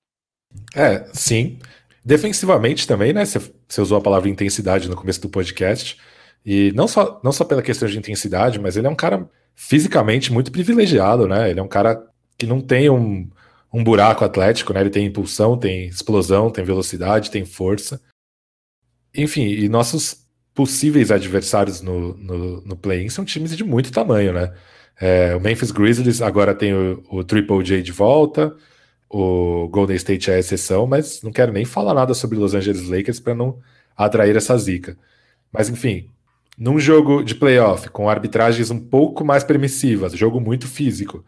Sim. Defensivamente também, né, você usou a palavra intensidade no começo do podcast, e não só pela questão de intensidade, mas ele é um cara fisicamente muito privilegiado, né, ele é um cara que não tem um buraco atlético, né? Ele tem impulsão, tem explosão, tem velocidade, tem força. Enfim, e nossos possíveis adversários no play-in são times de muito tamanho, né? O Memphis Grizzlies agora tem o Triple J de volta, o Golden State é a exceção, mas não quero nem falar nada sobre Los Angeles Lakers para não atrair essa zica. Mas enfim, num jogo de playoff com arbitragens um pouco mais permissivas, jogo muito físico,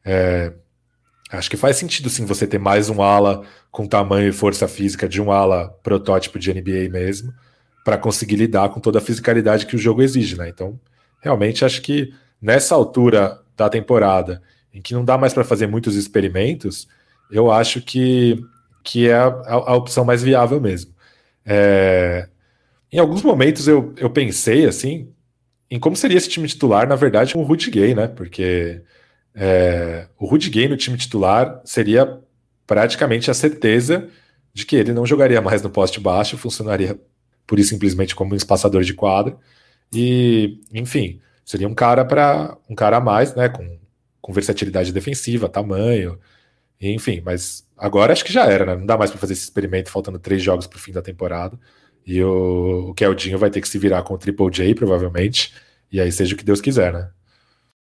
acho que faz sentido sim você ter mais um ala com tamanho e força física de um ala protótipo de NBA mesmo, para conseguir lidar com toda a fisicalidade que o jogo exige, né? Então, realmente acho que nessa altura da temporada, em que não dá mais para fazer muitos experimentos, eu acho que é a opção mais viável mesmo. Em alguns momentos eu pensei assim em como seria esse time titular, na verdade, com o Rudy Gay, né? Porque o Rudy Gay no time titular seria praticamente a certeza de que ele não jogaria mais no poste baixo, funcionaria pura e simplesmente como um espaçador de quadra, e enfim, seria um cara a mais, né, com versatilidade defensiva, tamanho, enfim, mas agora acho que já era, né? Não dá mais para fazer esse experimento faltando 3 jogos para o fim da temporada, e o Keldinho vai ter que se virar com o Triple J provavelmente, e aí seja o que Deus quiser, né?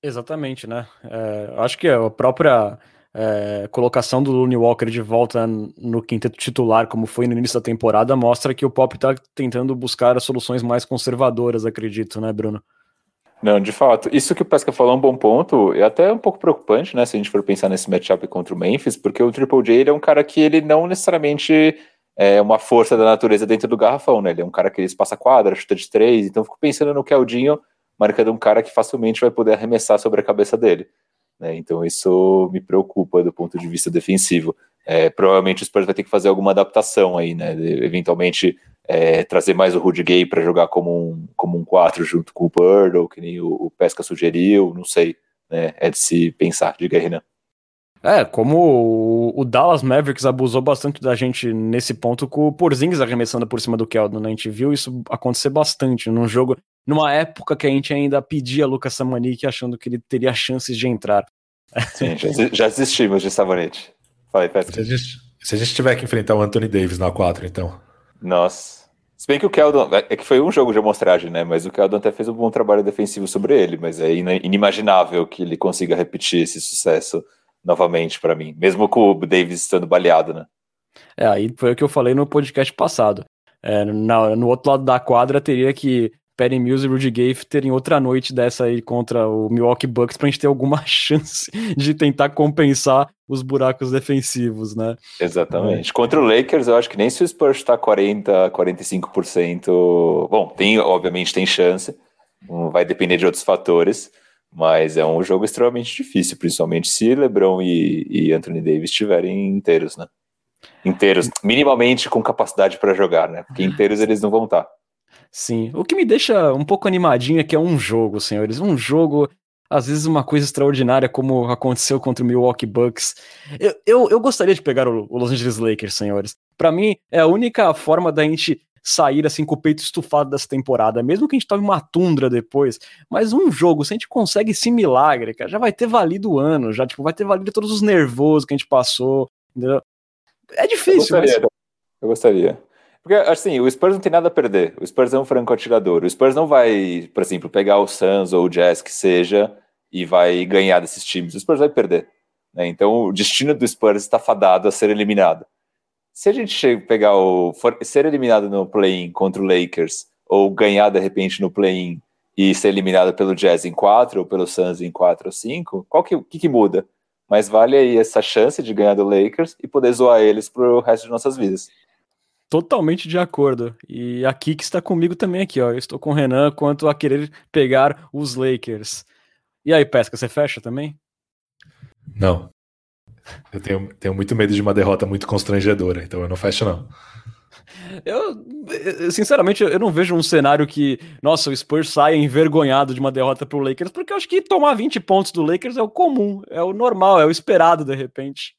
Exatamente, né? Acho que a própria colocação do Lonnie Walker de volta no quinteto titular, como foi no início da temporada, mostra que o Pop tá tentando buscar as soluções mais conservadoras, acredito, né, Bruno? Não, de fato. Isso que o Pesca falou é um bom ponto, é até um pouco preocupante, né, se a gente for pensar nesse matchup contra o Memphis, porque o Triple J ele é um cara que ele não necessariamente é uma força da natureza dentro do garrafão, né? Ele é um cara que ele passa quadra, chuta de 3, então eu fico pensando no Keldinho marcando um cara que facilmente vai poder arremessar sobre a cabeça dele, né? Então isso me preocupa do ponto de vista defensivo. Provavelmente o Spurs vai ter que fazer alguma adaptação aí, né? Eventualmente trazer mais o Rudy Gay para jogar como um 4 junto com o Bird, ou que nem o Pesca sugeriu, não sei, né? É de se pensar, diga aí, Renan. Como o Dallas Mavericks abusou bastante da gente nesse ponto com o Porzingis arremessando por cima do Keldon, né? A gente viu isso acontecer bastante num jogo, numa época que a gente ainda pedia Lucas Samanic achando que ele teria chances de entrar. Sim, já desistimos de Savanete. Fala aí, Pesca. Se a gente tiver que enfrentar o Anthony Davis na 4, então. Nossa. Se bem que o Keldon, que foi um jogo de amostragem, né? Mas o Keldon até fez um bom trabalho defensivo sobre ele, mas é inimaginável que ele consiga repetir esse sucesso novamente para mim, mesmo com o Davis estando baleado, né? Aí foi o que eu falei no podcast passado. No outro lado da quadra teria que Patty Mills e Rudy Gay terem outra noite dessa aí contra o Milwaukee Bucks pra gente ter alguma chance de tentar compensar os buracos defensivos, né? Exatamente. Contra o Lakers, eu acho que nem se o Spurs está 40%, 45%. Bom, obviamente tem chance, vai depender de outros fatores, mas é um jogo extremamente difícil, principalmente se LeBron e Anthony Davis estiverem inteiros, né? Inteiros, minimamente com capacidade para jogar, né? Porque inteiros eles não vão estar. Sim, o que me deixa um pouco animadinho é que é um jogo, senhores. Um jogo, às vezes uma coisa extraordinária, como aconteceu contra o Milwaukee Bucks. Eu gostaria de pegar o Los Angeles Lakers, senhores. Pra mim, é a única forma da gente sair assim com o peito estufado dessa temporada, mesmo que a gente tome uma tundra depois. Mas um jogo, se a gente consegue esse milagre, cara, já vai ter valido o ano, já vai ter valido todos os nervosos que a gente passou, entendeu? É difícil, Eu gostaria. Porque, assim, o Spurs não tem nada a perder. O Spurs é um franco atirador. O Spurs não vai, por exemplo, pegar o Suns ou o Jazz, que seja, e vai ganhar desses times. O Spurs vai perder, né? Então, o destino do Spurs está fadado a ser eliminado. Se a gente pegar ser eliminado no play-in contra o Lakers, ou ganhar, de repente, no play-in e ser eliminado pelo Jazz em 4, ou pelo Suns em 4 ou 5, o que muda? Mas vale aí essa chance de ganhar do Lakers e poder zoar eles pro resto de nossas vidas. Totalmente de acordo. E a Kiki está comigo também aqui, ó. Eu estou com o Renan quanto a querer pegar os Lakers. E aí, Pesca, você fecha também? Não. Eu tenho muito medo de uma derrota muito constrangedora, então eu não fecho, não. Sinceramente, eu não vejo um cenário que, nossa, o Spurs saia envergonhado de uma derrota pro Lakers, porque eu acho que tomar 20 pontos do Lakers é o comum, é o normal, é o esperado, de repente.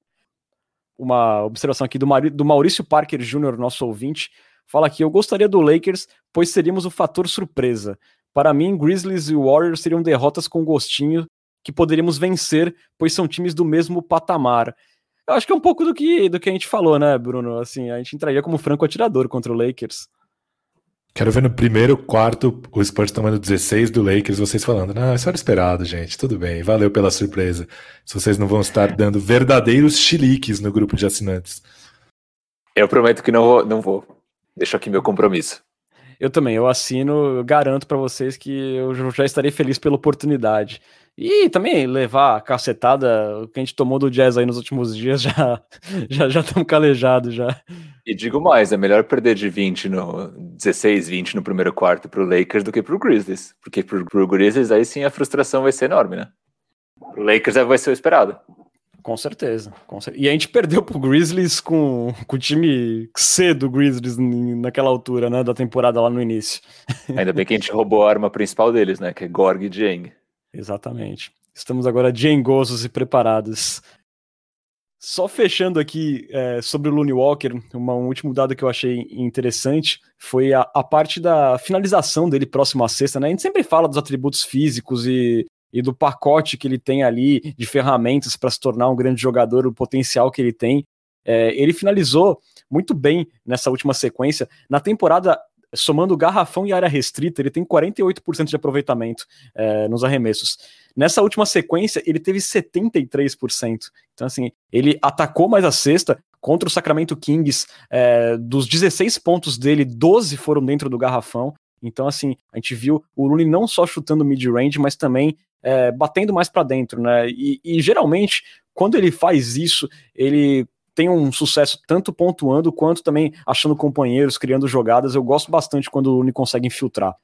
Uma observação aqui do Maurício Parker Jr., nosso ouvinte, fala aqui: eu gostaria do Lakers, pois seríamos o fator surpresa. Para mim, Grizzlies e Warriors seriam derrotas com gostinho que poderíamos vencer, pois são times do mesmo patamar. Eu acho que é um pouco do que a gente falou, né, Bruno? Assim, a gente entraria como franco atirador contra o Lakers. Quero ver no primeiro quarto o Spurs tomando 16 do Lakers, vocês falando, não, isso era esperado, gente, tudo bem, valeu pela surpresa. Se vocês não vão estar dando verdadeiros chiliques no grupo de assinantes. Eu prometo que não vou. Deixo aqui meu compromisso. Eu também, eu assino, eu garanto pra vocês que eu já estarei feliz pela oportunidade. E também levar a cacetada que a gente tomou do Jazz aí nos últimos dias, já estamos calejados já. E digo mais, é melhor perder de 16, 20 no primeiro quarto pro Lakers do que pro Grizzlies. Porque pro Grizzlies aí sim a frustração vai ser enorme, né? Pro Lakers vai ser o esperado. Com certeza. E a gente perdeu pro Grizzlies com o time C do Grizzlies naquela altura, né, da temporada lá no início. Ainda bem que a gente roubou a arma principal deles, né, que é Gorg e Dieng. Exatamente. Estamos agora diengosos e preparados. Só fechando aqui sobre o Lonnie Walker, um último dado que eu achei interessante foi a parte da finalização dele próximo à cesta, né? A gente sempre fala dos atributos físicos e do pacote que ele tem ali de ferramentas para se tornar um grande jogador, o potencial que ele tem. Ele finalizou muito bem nessa última sequência. Na temporada somando garrafão e área restrita, ele tem 48% de aproveitamento nos arremessos. Nessa última sequência, ele teve 73%. Então, assim, ele atacou mais a cesta. Contra o Sacramento Kings, dos 16 pontos dele, 12 foram dentro do garrafão. Então, assim, a gente viu o Looney não só chutando mid-range, mas também batendo mais para dentro, né? E geralmente, quando ele faz isso, ele tem um sucesso tanto pontuando quanto também achando companheiros, criando jogadas. Eu gosto bastante quando o Looney consegue infiltrar.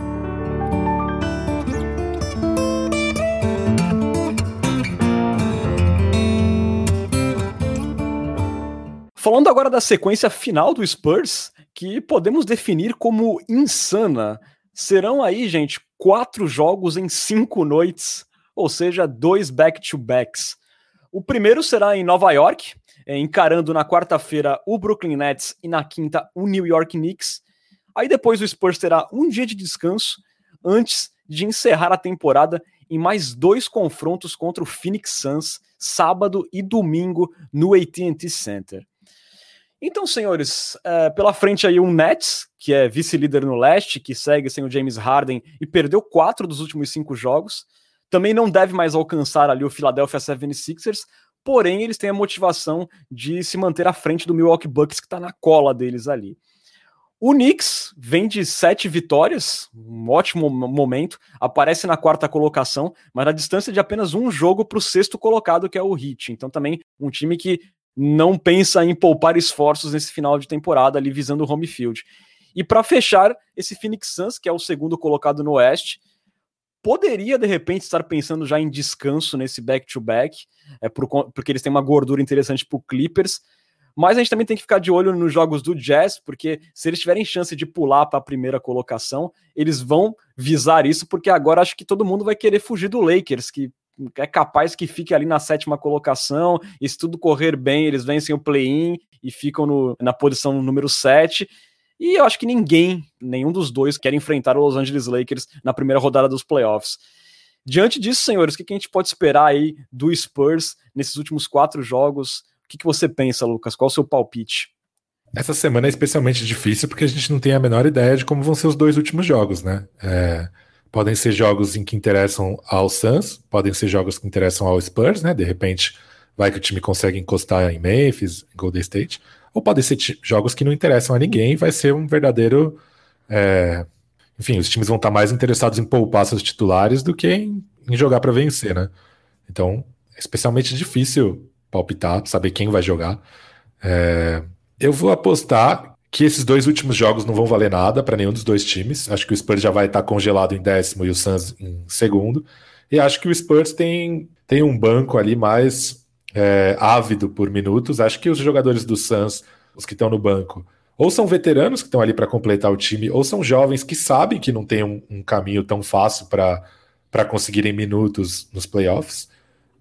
Falando agora da sequência final do Spurs, que podemos definir como insana. Serão aí, gente, 4 jogos em 5 noites, ou seja, 2 back-to-backs. O primeiro será em Nova York, encarando na quarta-feira o Brooklyn Nets e na quinta o New York Knicks. Aí depois o Spurs terá um dia de descanso antes de encerrar a temporada em mais 2 confrontos contra o Phoenix Suns, sábado e domingo no AT&T Center. Então, senhores, pela frente aí um Nets, que é vice-líder no leste, que segue sem o James Harden e perdeu 4 dos últimos 5 jogos. Também não deve mais alcançar ali o Philadelphia 76ers, porém eles têm a motivação de se manter à frente do Milwaukee Bucks, que está na cola deles ali. O Knicks vem de 7 vitórias, um ótimo momento, aparece na 4ª colocação, mas na distância de apenas um jogo para o 6º colocado, que é o Heat. Então também um time que não pensa em poupar esforços nesse final de temporada ali visando o home field. E para fechar, esse Phoenix Suns, que é o 2º colocado no Oeste, poderia de repente estar pensando já em descanso nesse back-to-back, porque eles têm uma gordura interessante para o Clippers, mas a gente também tem que ficar de olho nos jogos do Jazz, porque se eles tiverem chance de pular para a primeira colocação, eles vão visar isso, porque agora acho que todo mundo vai querer fugir do Lakers, que é capaz que fique ali na 7ª colocação, e se tudo correr bem, eles vencem o play-in e ficam na posição número 7, e eu acho que nenhum dos dois quer enfrentar o Los Angeles Lakers na primeira rodada dos playoffs. Diante disso, senhores, o que a gente pode esperar aí do Spurs nesses últimos 4 jogos? O que você pensa, Lucas? Qual o seu palpite? Essa semana é especialmente difícil porque a gente não tem a menor ideia de como vão ser os 2 últimos jogos, né? Podem ser jogos em que interessam ao Suns, podem ser jogos que interessam ao Spurs, né? De repente, vai que o time consegue encostar em Memphis, em Golden State, ou podem ser jogos que não interessam a ninguém, vai ser um verdadeiro... Enfim, os times vão estar mais interessados em poupar seus titulares do que em jogar para vencer, né? Então, é especialmente difícil palpitar, saber quem vai jogar. Eu vou apostar que esses 2 últimos jogos não vão valer nada para nenhum dos 2 times. Acho que o Spurs já vai estar congelado em 10º e o Suns em 2º. E acho que o Spurs tem um banco ali mais ávido por minutos. Acho que os jogadores do Suns, os que estão no banco, ou são veteranos que estão ali para completar o time, ou são jovens que sabem que não tem um caminho tão fácil para conseguirem minutos nos playoffs.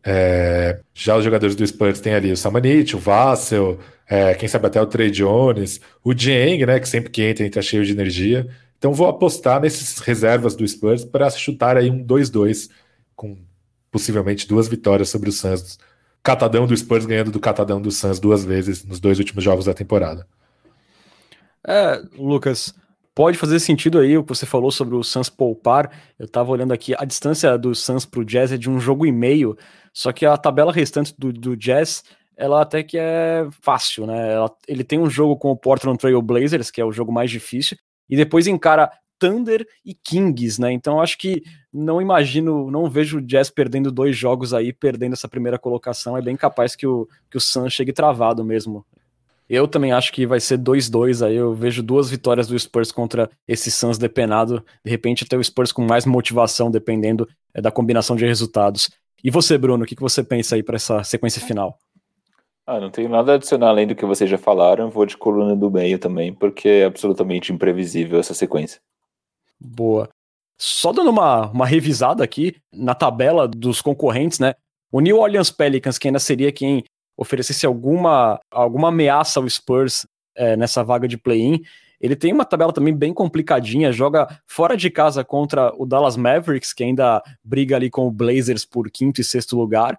Já os jogadores do Spurs têm ali o Samanit, o Vassell, quem sabe até o Trey Jones, o Dieng, né, que sempre que entra cheio de energia. Então vou apostar nesses reservas do Spurs para chutar aí um 2-2, com possivelmente 2 vitórias sobre o Suns. Catadão do Spurs ganhando do catadão do Suns 2 vezes nos 2 últimos jogos da temporada. Lucas, pode fazer sentido aí o que você falou sobre o Suns poupar. Eu tava olhando aqui, a distância do Suns pro Jazz é de 1,5 jogo, só que a tabela restante do Jazz, ela até que é fácil, né? Ele tem um jogo com o Portland Trail Blazers, que é o jogo mais difícil, e depois encara Thunder e Kings, né? Então acho que não vejo o Jazz perdendo 2 jogos aí, perdendo essa primeira colocação. É bem capaz que o Suns chegue travado mesmo. Eu também acho que vai ser 2-2 aí, eu vejo 2 vitórias do Spurs contra esse Suns depenado, de repente até o Spurs com mais motivação, dependendo da combinação de resultados. E você, Bruno, o que você pensa aí para essa sequência final? Não tenho nada a adicionar além do que vocês já falaram, vou de coluna do meio também, porque é absolutamente imprevisível essa sequência. Boa. Só dando uma revisada aqui na tabela dos concorrentes, né? O New Orleans Pelicans, que ainda seria quem oferecesse alguma ameaça ao Spurs nessa vaga de play-in, ele tem uma tabela também bem complicadinha, joga fora de casa contra o Dallas Mavericks, que ainda briga ali com o Blazers por 5º e 6º lugar,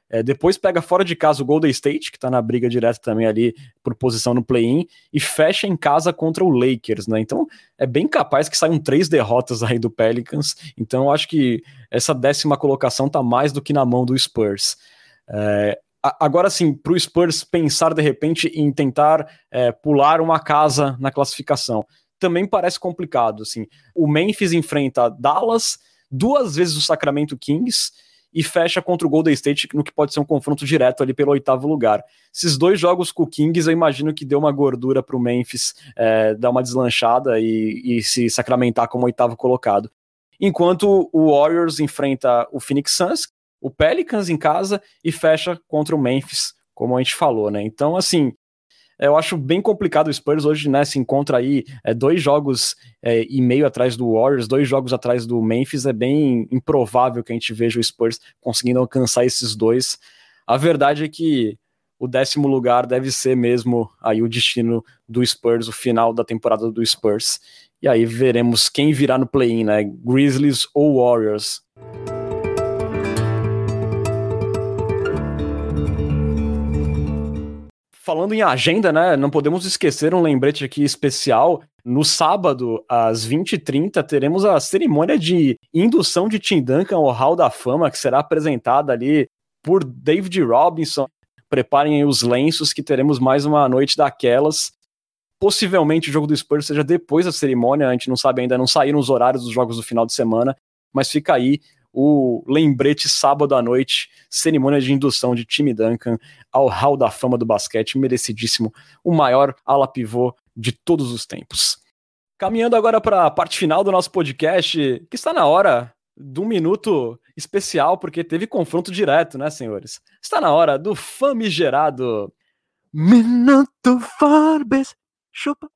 Depois pega fora de casa o Golden State, que está na briga direta também ali por posição no play-in, e fecha em casa contra o Lakers, né? Então é bem capaz que saiam 3 derrotas aí do Pelicans. Então eu acho que essa 10ª colocação tá mais do que na mão do Spurs. Agora sim, para o Spurs pensar de repente em tentar pular uma casa na classificação, também parece complicado. Assim. O Memphis enfrenta Dallas, 2 vezes o Sacramento Kings, e fecha contra o Golden State, no que pode ser um confronto direto ali pelo 8º lugar. Esses 2 jogos com o Kings, eu imagino que deu uma gordura para o Memphis dar uma deslanchada e se sacramentar como 8º colocado. Enquanto o Warriors enfrenta o Phoenix Suns, o Pelicans em casa e fecha contra o Memphis, como a gente falou, né? Então, assim, eu acho bem complicado o Spurs hoje, né? Se encontra aí 2 jogos e meio atrás do Warriors, 2 jogos atrás do Memphis. É bem improvável que a gente veja o Spurs conseguindo alcançar esses 2. A verdade é que o 10º lugar deve ser mesmo aí o destino do Spurs, o final da temporada do Spurs. E aí veremos quem virá no play-in, né? Grizzlies ou Warriors. Falando em agenda, né, não podemos esquecer um lembrete aqui especial. No sábado, às 20h30, teremos a cerimônia de indução de Tim Duncan ao Hall da Fama, que será apresentada ali por David Robinson. Preparem aí os lenços, que teremos mais uma noite daquelas. Possivelmente o jogo do Spurs seja depois da cerimônia, a gente não sabe ainda, não saíram os horários dos jogos do final de semana, mas fica aí o lembrete sábado à noite, cerimônia de indução de Tim Duncan ao Hall da Fama do basquete, merecidíssimo, o maior ala pivô de todos os tempos. Caminhando agora para a parte final do nosso podcast, que está na hora de um minuto especial, porque teve confronto direto, né, senhores? Está na hora do famigerado Minuto Forbes, chupa.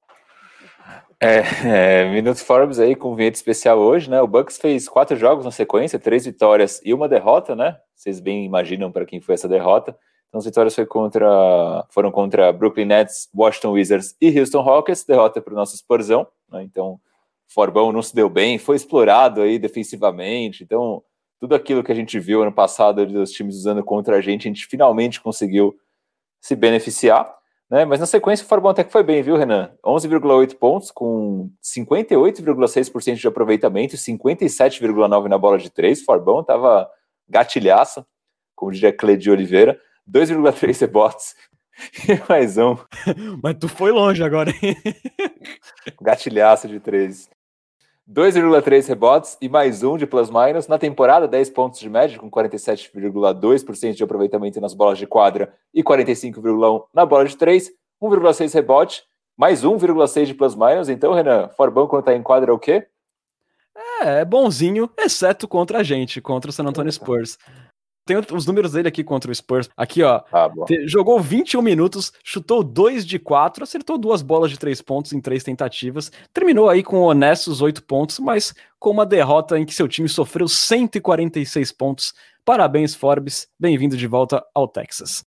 Minuto Forbes aí com vinheta especial hoje, né? O Bucks fez 4 jogos na sequência, 3 vitórias e 1 derrota, né? Vocês bem imaginam para quem foi essa derrota. Então as vitórias foram contra Brooklyn Nets, Washington Wizards e Houston Rockets, derrota para o nosso Spursão, né? Então Forbão não se deu bem, foi explorado aí defensivamente, então tudo aquilo que a gente viu ano passado dos times usando contra a gente finalmente conseguiu se beneficiar. Né? Mas na sequência o Forbão até que foi bem, viu, Renan? 11,8 pontos com 58,6% de aproveitamento e 57,9% na bola de 3. Forbão estava gatilhaço, como diria Cledi Oliveira. 2,3 rebotes e mais um. Mas tu foi longe agora, hein? Gatilhaço de 3. 2,3 rebotes e mais um de plus-minus. Na temporada, 10 pontos de média, com 47,2% de aproveitamento nas bolas de quadra e 45,1% na bola de 3. 1,6 rebote, mais 1,6 de plus-minus. Então, Renan, Forbão, quando tá em quadra, é o quê? É bonzinho, exceto contra a gente, contra o San Antonio Spurs. Tem os números dele aqui contra o Spurs. Aqui, ó. Jogou 21 minutos, chutou 2 de 4, acertou 2 bolas de 3 pontos em 3 tentativas. Terminou aí com honestos 8 pontos, mas com uma derrota em que seu time sofreu 146 pontos. Parabéns, Forbes. Bem-vindo de volta ao Texas.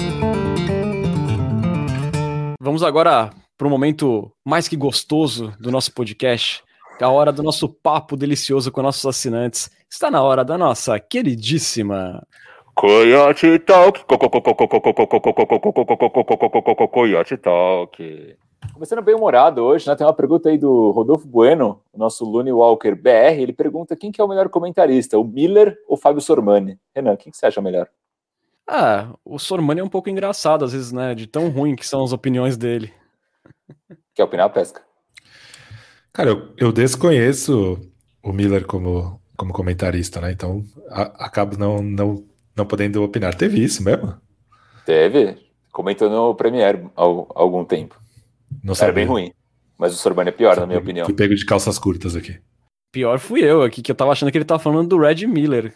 Vamos agora para o momento mais que gostoso do nosso podcast. A hora do nosso papo delicioso com nossos assinantes. Está na hora da nossa queridíssima Coyote Talk. Coyote Talk. Começando bem humorado hoje, né? Tem uma pergunta aí do Rodolfo Bueno, o nosso Looney Walker BR. Ele pergunta quem que é o melhor comentarista, o Miller ou o Fábio Sormani? Renan, quem que você acha melhor? O Sormani é um pouco engraçado às vezes, né? De tão ruim que são as opiniões dele. Quer opinar, Pesca? Cara, eu desconheço o Miller como comentarista, né? Então acabo não podendo opinar. Teve isso mesmo? Teve. Comentou no Premiere há algum tempo. Não sabia. Era bem ruim. Mas o Sormani é pior, na minha opinião. Fui pego de calças curtas aqui. Pior fui eu aqui, que eu tava achando que ele tava falando do Red Miller.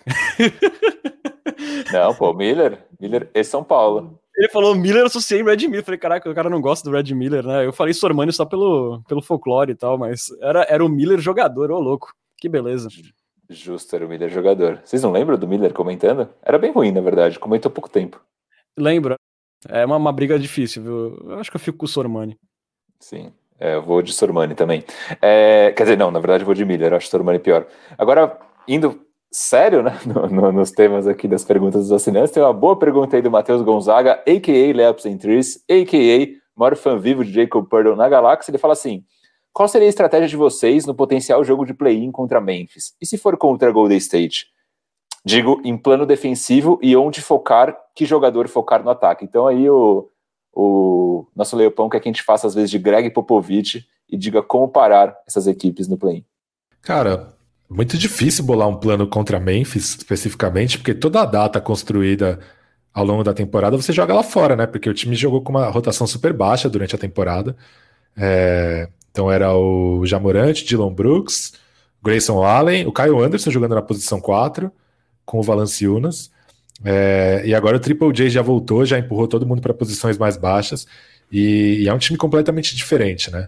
Não, pô, Miller e São Paulo. Ele falou Miller, eu associei Red Miller. Falei, caraca, o cara não gosta do Red Miller, né? Eu falei Sormani só pelo folclore e tal, mas era o Miller jogador, ô louco. Que beleza. Justo, era o Miller jogador. Vocês não lembram do Miller comentando? Era bem ruim, na verdade. Comentou há pouco tempo. Lembro. É uma briga difícil, viu? Eu acho que eu fico com o Sormani. Sim, eu vou de Sormani também. Quer dizer, não, na verdade eu vou de Miller. Eu acho o Sormani pior. Agora, indo sério, né? Nos temas aqui das perguntas dos assinantes, tem uma boa pergunta aí do Matheus Gonzaga, a.k.a. Leops and Trees, a.k.a. maior fã vivo de Jacob Poeltl na galáxia. Ele fala assim: qual seria a estratégia de vocês no potencial jogo de play-in contra Memphis? E se for contra Golden State? Digo, em plano defensivo e onde focar, que jogador focar no ataque. Então aí o nosso Leopão quer que a gente faça às vezes de Greg Popovich e diga como parar essas equipes no play-in. Cara, muito difícil bolar um plano contra Memphis, especificamente, porque toda a data construída ao longo da temporada você joga lá fora, né? Porque o time jogou com uma rotação super baixa durante a temporada. Então era o Ja Morant, Dillon Brooks, Grayson Allen, o Kyle Anderson jogando na posição 4, com o Valanciunas. E agora o Triple J já voltou, já empurrou todo mundo para posições mais baixas. E é um time completamente diferente, né?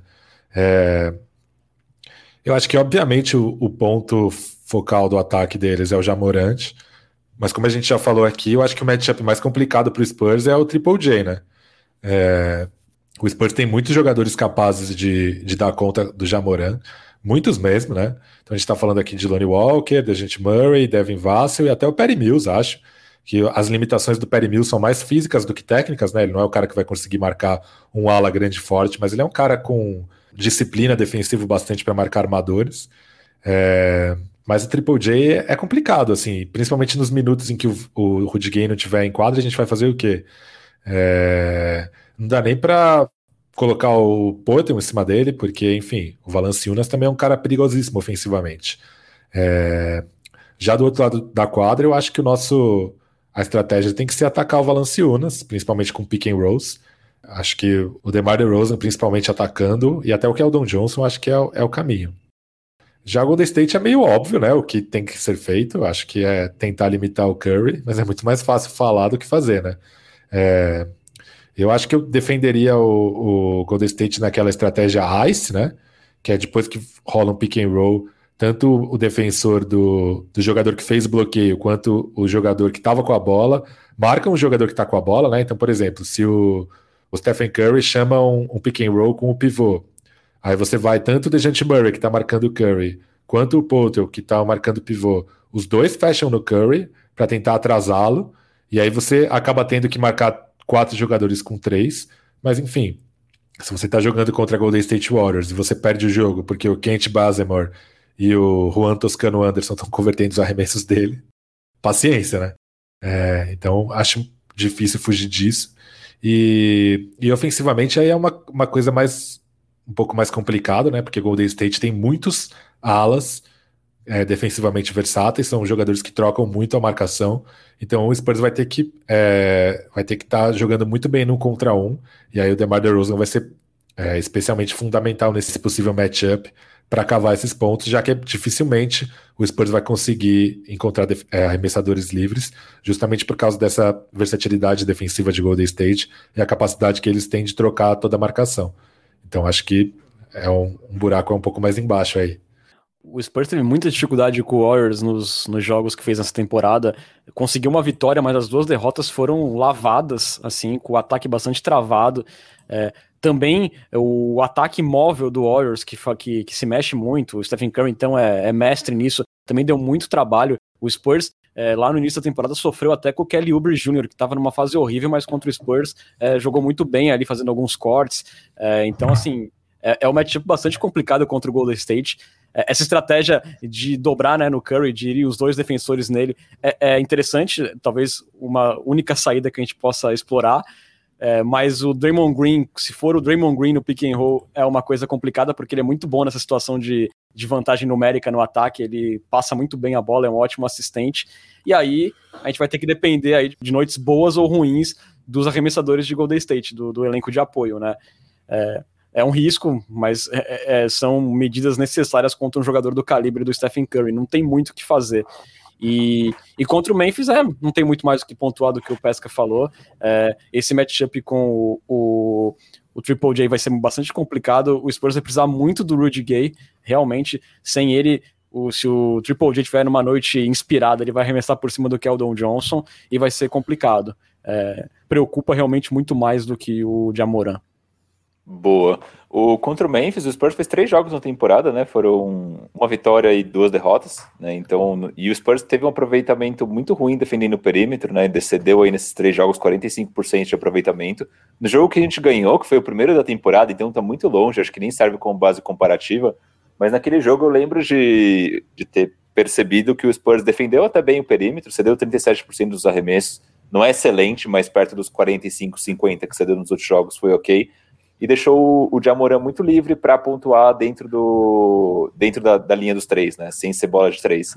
Eu acho que, obviamente, o ponto focal do ataque deles é o Ja Morant, mas como a gente já falou aqui, eu acho que o matchup mais complicado para o Spurs é o Triple J, né? O Spurs tem muitos jogadores capazes de dar conta do Ja Morant, muitos mesmo, né? Então a gente está falando aqui de Lonnie Walker, DeJounte Murray, Devin Vassell e até o Patty Mills, acho que as limitações do Patty Mills são mais físicas do que técnicas, né? Ele não é o cara que vai conseguir marcar um ala grande e forte, mas ele é um cara com disciplina defensiva bastante para marcar armadores. Mas o Triple J é complicado, assim, principalmente nos minutos em que o Rudy Gay não estiver em quadra, a gente vai fazer o quê? Não dá nem para colocar o Poeltl em cima dele, porque, enfim, o Valanciunas também é um cara perigosíssimo ofensivamente. Já do outro lado da quadra, eu acho que a estratégia tem que ser atacar o Valanciunas, principalmente com pick and rolls. Acho que o DeMar DeRozan, principalmente atacando, e até o Keldon Johnson, acho que é o caminho. Já o Golden State é meio óbvio, né? O que tem que ser feito, acho que é tentar limitar o Curry, mas é muito mais fácil falar do que fazer, né? Eu acho que eu defenderia o Golden State naquela estratégia ICE, né? Que é depois que rola um pick and roll, tanto o defensor do jogador que fez o bloqueio, quanto o jogador que estava com a bola, marcam o jogador que está com a bola, né? Então, por exemplo, se o Stephen Curry chama um pick and roll com o pivô, aí você vai tanto o DeJounte Murray, que está marcando o Curry, quanto o Poeltl, que está marcando o pivô, os dois fecham no Curry para tentar atrasá-lo, e aí você acaba tendo que marcar 4 jogadores com 3, mas enfim, se você está jogando contra a Golden State Warriors e você perde o jogo porque o Kent Bazemore e o Juan Toscano Anderson estão convertendo os arremessos dele, paciência, né? Então acho difícil fugir disso. E ofensivamente aí é uma coisa um pouco mais complicada, né? Porque Golden State tem muitos alas defensivamente versáteis, são jogadores que trocam muito a marcação, então o Spurs vai ter que estar jogando muito bem no contra 1, e aí o DeMar DeRozan vai ser especialmente fundamental nesse possível matchup para cavar esses pontos, já que dificilmente o Spurs vai conseguir encontrar arremessadores livres, justamente por causa dessa versatilidade defensiva de Golden State e a capacidade que eles têm de trocar toda a marcação. Então acho que é um buraco um pouco mais embaixo aí. O Spurs teve muita dificuldade com o Warriors nos jogos que fez nessa temporada. Conseguiu uma vitória, mas as 2 derrotas foram lavadas, assim, com o ataque bastante travado. Também o ataque móvel do Warriors, que se mexe muito. O Stephen Curry, então, é mestre nisso. Também deu muito trabalho. O Spurs, lá no início da temporada, sofreu até com o Kelly Oubre Jr., que estava numa fase horrível, mas contra o Spurs jogou muito bem ali, fazendo alguns cortes. Então, assim, é um matchup bastante complicado contra o Golden State. Essa estratégia de dobrar, né, no Curry, de ir os 2 defensores nele, é interessante, talvez uma única saída que a gente possa explorar, mas o Draymond Green, se for o Draymond Green no pick and roll, é uma coisa complicada, porque ele é muito bom nessa situação de vantagem numérica no ataque, ele passa muito bem a bola, é um ótimo assistente, e aí a gente vai ter que depender aí de noites boas ou ruins dos arremessadores de Golden State, do elenco de apoio, né? É um risco, mas são medidas necessárias contra um jogador do calibre do Stephen Curry. Não tem muito o que fazer. E contra o Memphis, não tem muito mais o que pontuar do que o Pesca falou. Esse matchup com o Triple J vai ser bastante complicado. O Spurs vai precisar muito do Rudy Gay. Realmente, sem ele, se o Triple J estiver numa noite inspirada, ele vai arremessar por cima do Keldon Johnson e vai ser complicado. Preocupa realmente muito mais do que o Ja Morant. Boa. Contra o Memphis, o Spurs fez 3 jogos na temporada, né? Foram uma vitória e 2 derrotas, né? Então, e o Spurs teve um aproveitamento muito ruim defendendo o perímetro, né? Decedeu aí nesses 3 jogos 45% de aproveitamento. No jogo que a gente ganhou, que foi o primeiro da temporada, então tá muito longe, acho que nem serve como base comparativa, mas naquele jogo eu lembro de ter percebido que o Spurs defendeu até bem o perímetro, cedeu 37% dos arremessos, não é excelente, mas perto dos 45, 50 que cedeu nos outros jogos foi ok, e deixou o Ja Morant muito livre para pontuar dentro da linha dos 3, né, sem ser bola de 3.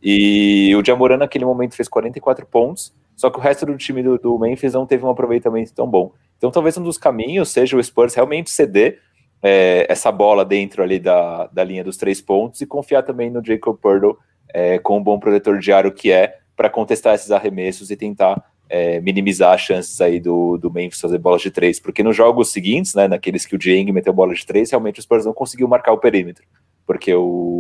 E o Ja Morant naquele momento fez 44 pontos, só que o resto do time do Memphis não teve um aproveitamento tão bom. Então talvez um dos caminhos seja o Spurs realmente ceder essa bola dentro ali da linha dos 3 pontos e confiar também no Jacob Poeltl com um bom protetor de aro que para contestar esses arremessos e tentar minimizar as chances aí do Memphis fazer bolas de 3, porque nos jogos seguintes, né, naqueles que o Dieng meteu bola de 3, realmente o Spurs não conseguiu marcar o perímetro, porque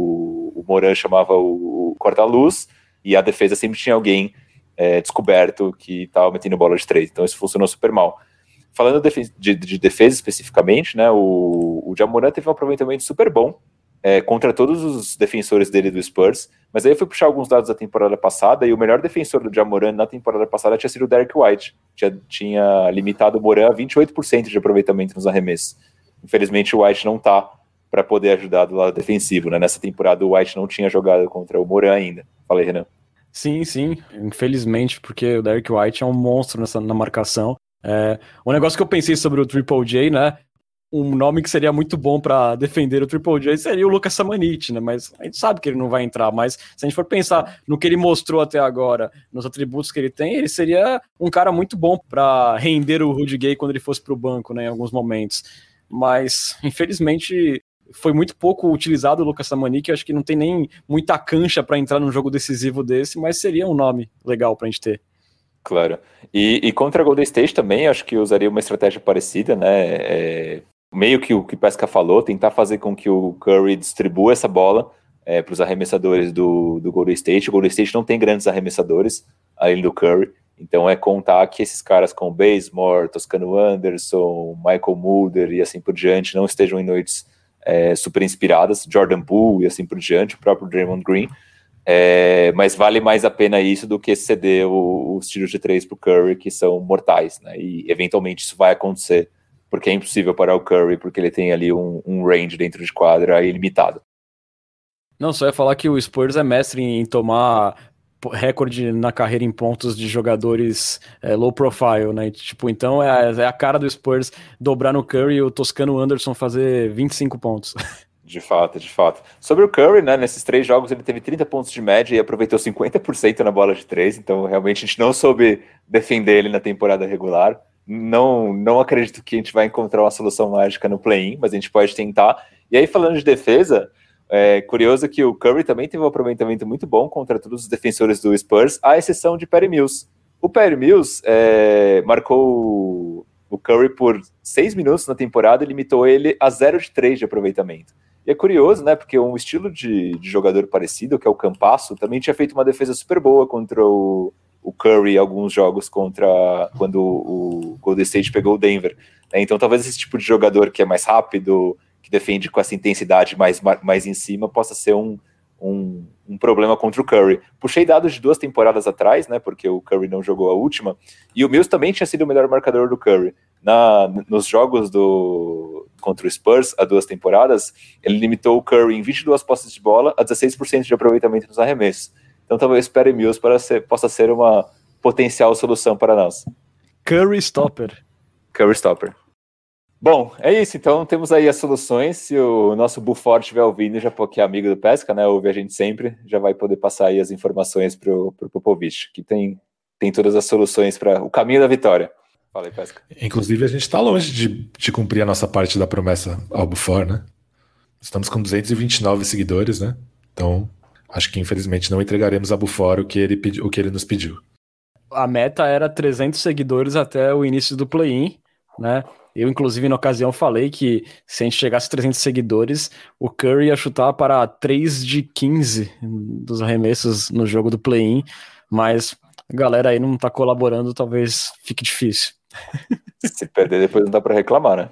o Morant chamava o corta-luz e a defesa sempre tinha alguém descoberto que estava metendo bola de 3, então isso funcionou super mal. Falando de defesa especificamente, né, o Ja Morant teve um aproveitamento super bom contra todos os defensores dele do Spurs, mas aí eu fui puxar alguns dados da temporada passada e o melhor defensor do Ja Morant na temporada passada tinha sido o Derrick White, tinha limitado o Morant a 28% de aproveitamento nos arremessos. Infelizmente o White não tá para poder ajudar do lado defensivo, né? Nessa temporada o White não tinha jogado contra o Morant ainda. Fala aí, Renan. Sim, infelizmente, porque o Derrick White é um monstro na marcação. Um negócio que eu pensei sobre o Triple J, né? Um nome que seria muito bom para defender o Triple J seria o Lucas Samanic, né? Mas a gente sabe que ele não vai entrar. Mas se a gente for pensar no que ele mostrou até agora, nos atributos que ele tem, ele seria um cara muito bom para render o Rudy Gay quando ele fosse para o banco, né? Em alguns momentos. Mas, infelizmente, foi muito pouco utilizado o Lucas Samanic. Eu acho que não tem nem muita cancha para entrar num jogo decisivo desse, mas seria um nome legal para a gente ter. Claro. E contra a Golden State também, acho que usaria uma estratégia parecida, né? Meio que o que Pesca falou, tentar fazer com que o Curry distribua essa bola para os arremessadores do Golden State. O Golden State não tem grandes arremessadores, além do Curry. Então contar que esses caras como Bazemore, Toscano Anderson, Michael Mulder e assim por diante não estejam em noites super inspiradas, Jordan Poole e assim por diante, o próprio Draymond Green. Mas vale mais a pena isso do que ceder os tiros de 3 para o Curry, que são mortais, né? E eventualmente isso vai acontecer, porque é impossível parar o Curry, porque ele tem ali um range dentro de quadra ilimitado. Não, só ia falar que o Spurs é mestre em tomar recorde na carreira em pontos de jogadores low profile, né? Tipo, então é a cara do Spurs dobrar no Curry e o Toscano Anderson fazer 25 pontos. De fato. Sobre o Curry, né, nesses 3 jogos ele teve 30 pontos de média e aproveitou 50% na bola de 3, então realmente a gente não soube defender ele na temporada regular. Não acredito que a gente vai encontrar uma solução mágica no play-in, mas a gente pode tentar. E aí, falando de defesa, curioso que o Curry também teve um aproveitamento muito bom contra todos os defensores do Spurs, à exceção de Patty Mills. O Patty Mills marcou o Curry por 6 minutos na temporada e limitou ele a 0 de 3 de aproveitamento. E é curioso, né, porque um estilo de jogador parecido, que é o Campasso, também tinha feito uma defesa super boa contra o Curry em alguns jogos quando o Golden State pegou o Denver. Então talvez esse tipo de jogador que é mais rápido, que defende com essa intensidade mais em cima, possa ser um problema contra o Curry. Puxei dados de 2 temporadas atrás, né, porque o Curry não jogou a última, e o Mills também tinha sido o melhor marcador do Curry. Nos jogos contra o Spurs, há 2 temporadas, ele limitou o Curry em 22 posses de bola a 16% de aproveitamento nos arremessos. Então talvez Patty Mills possa ser uma potencial solução para nós. Curry Stopper. Bom, é isso. Então temos aí as soluções. Se o nosso Buford estiver ouvindo, já porque é amigo do Pesca, né, ouve a gente sempre, já vai poder passar aí as informações para o Popovich, que tem todas as soluções para o caminho da vitória. Fala aí, Pesca. Inclusive a gente está longe de cumprir a nossa parte da promessa ao Buford, né? Estamos com 229 seguidores, né? Então acho que infelizmente não entregaremos a Buford o que ele nos pediu. A meta era 300 seguidores até o início do play-in, né? Eu, inclusive, na ocasião falei que se a gente chegasse a 300 seguidores, o Curry ia chutar para 3 de 15 dos arremessos no jogo do play-in, mas a galera aí não tá colaborando, talvez fique difícil. Se perder, depois não dá para reclamar, né?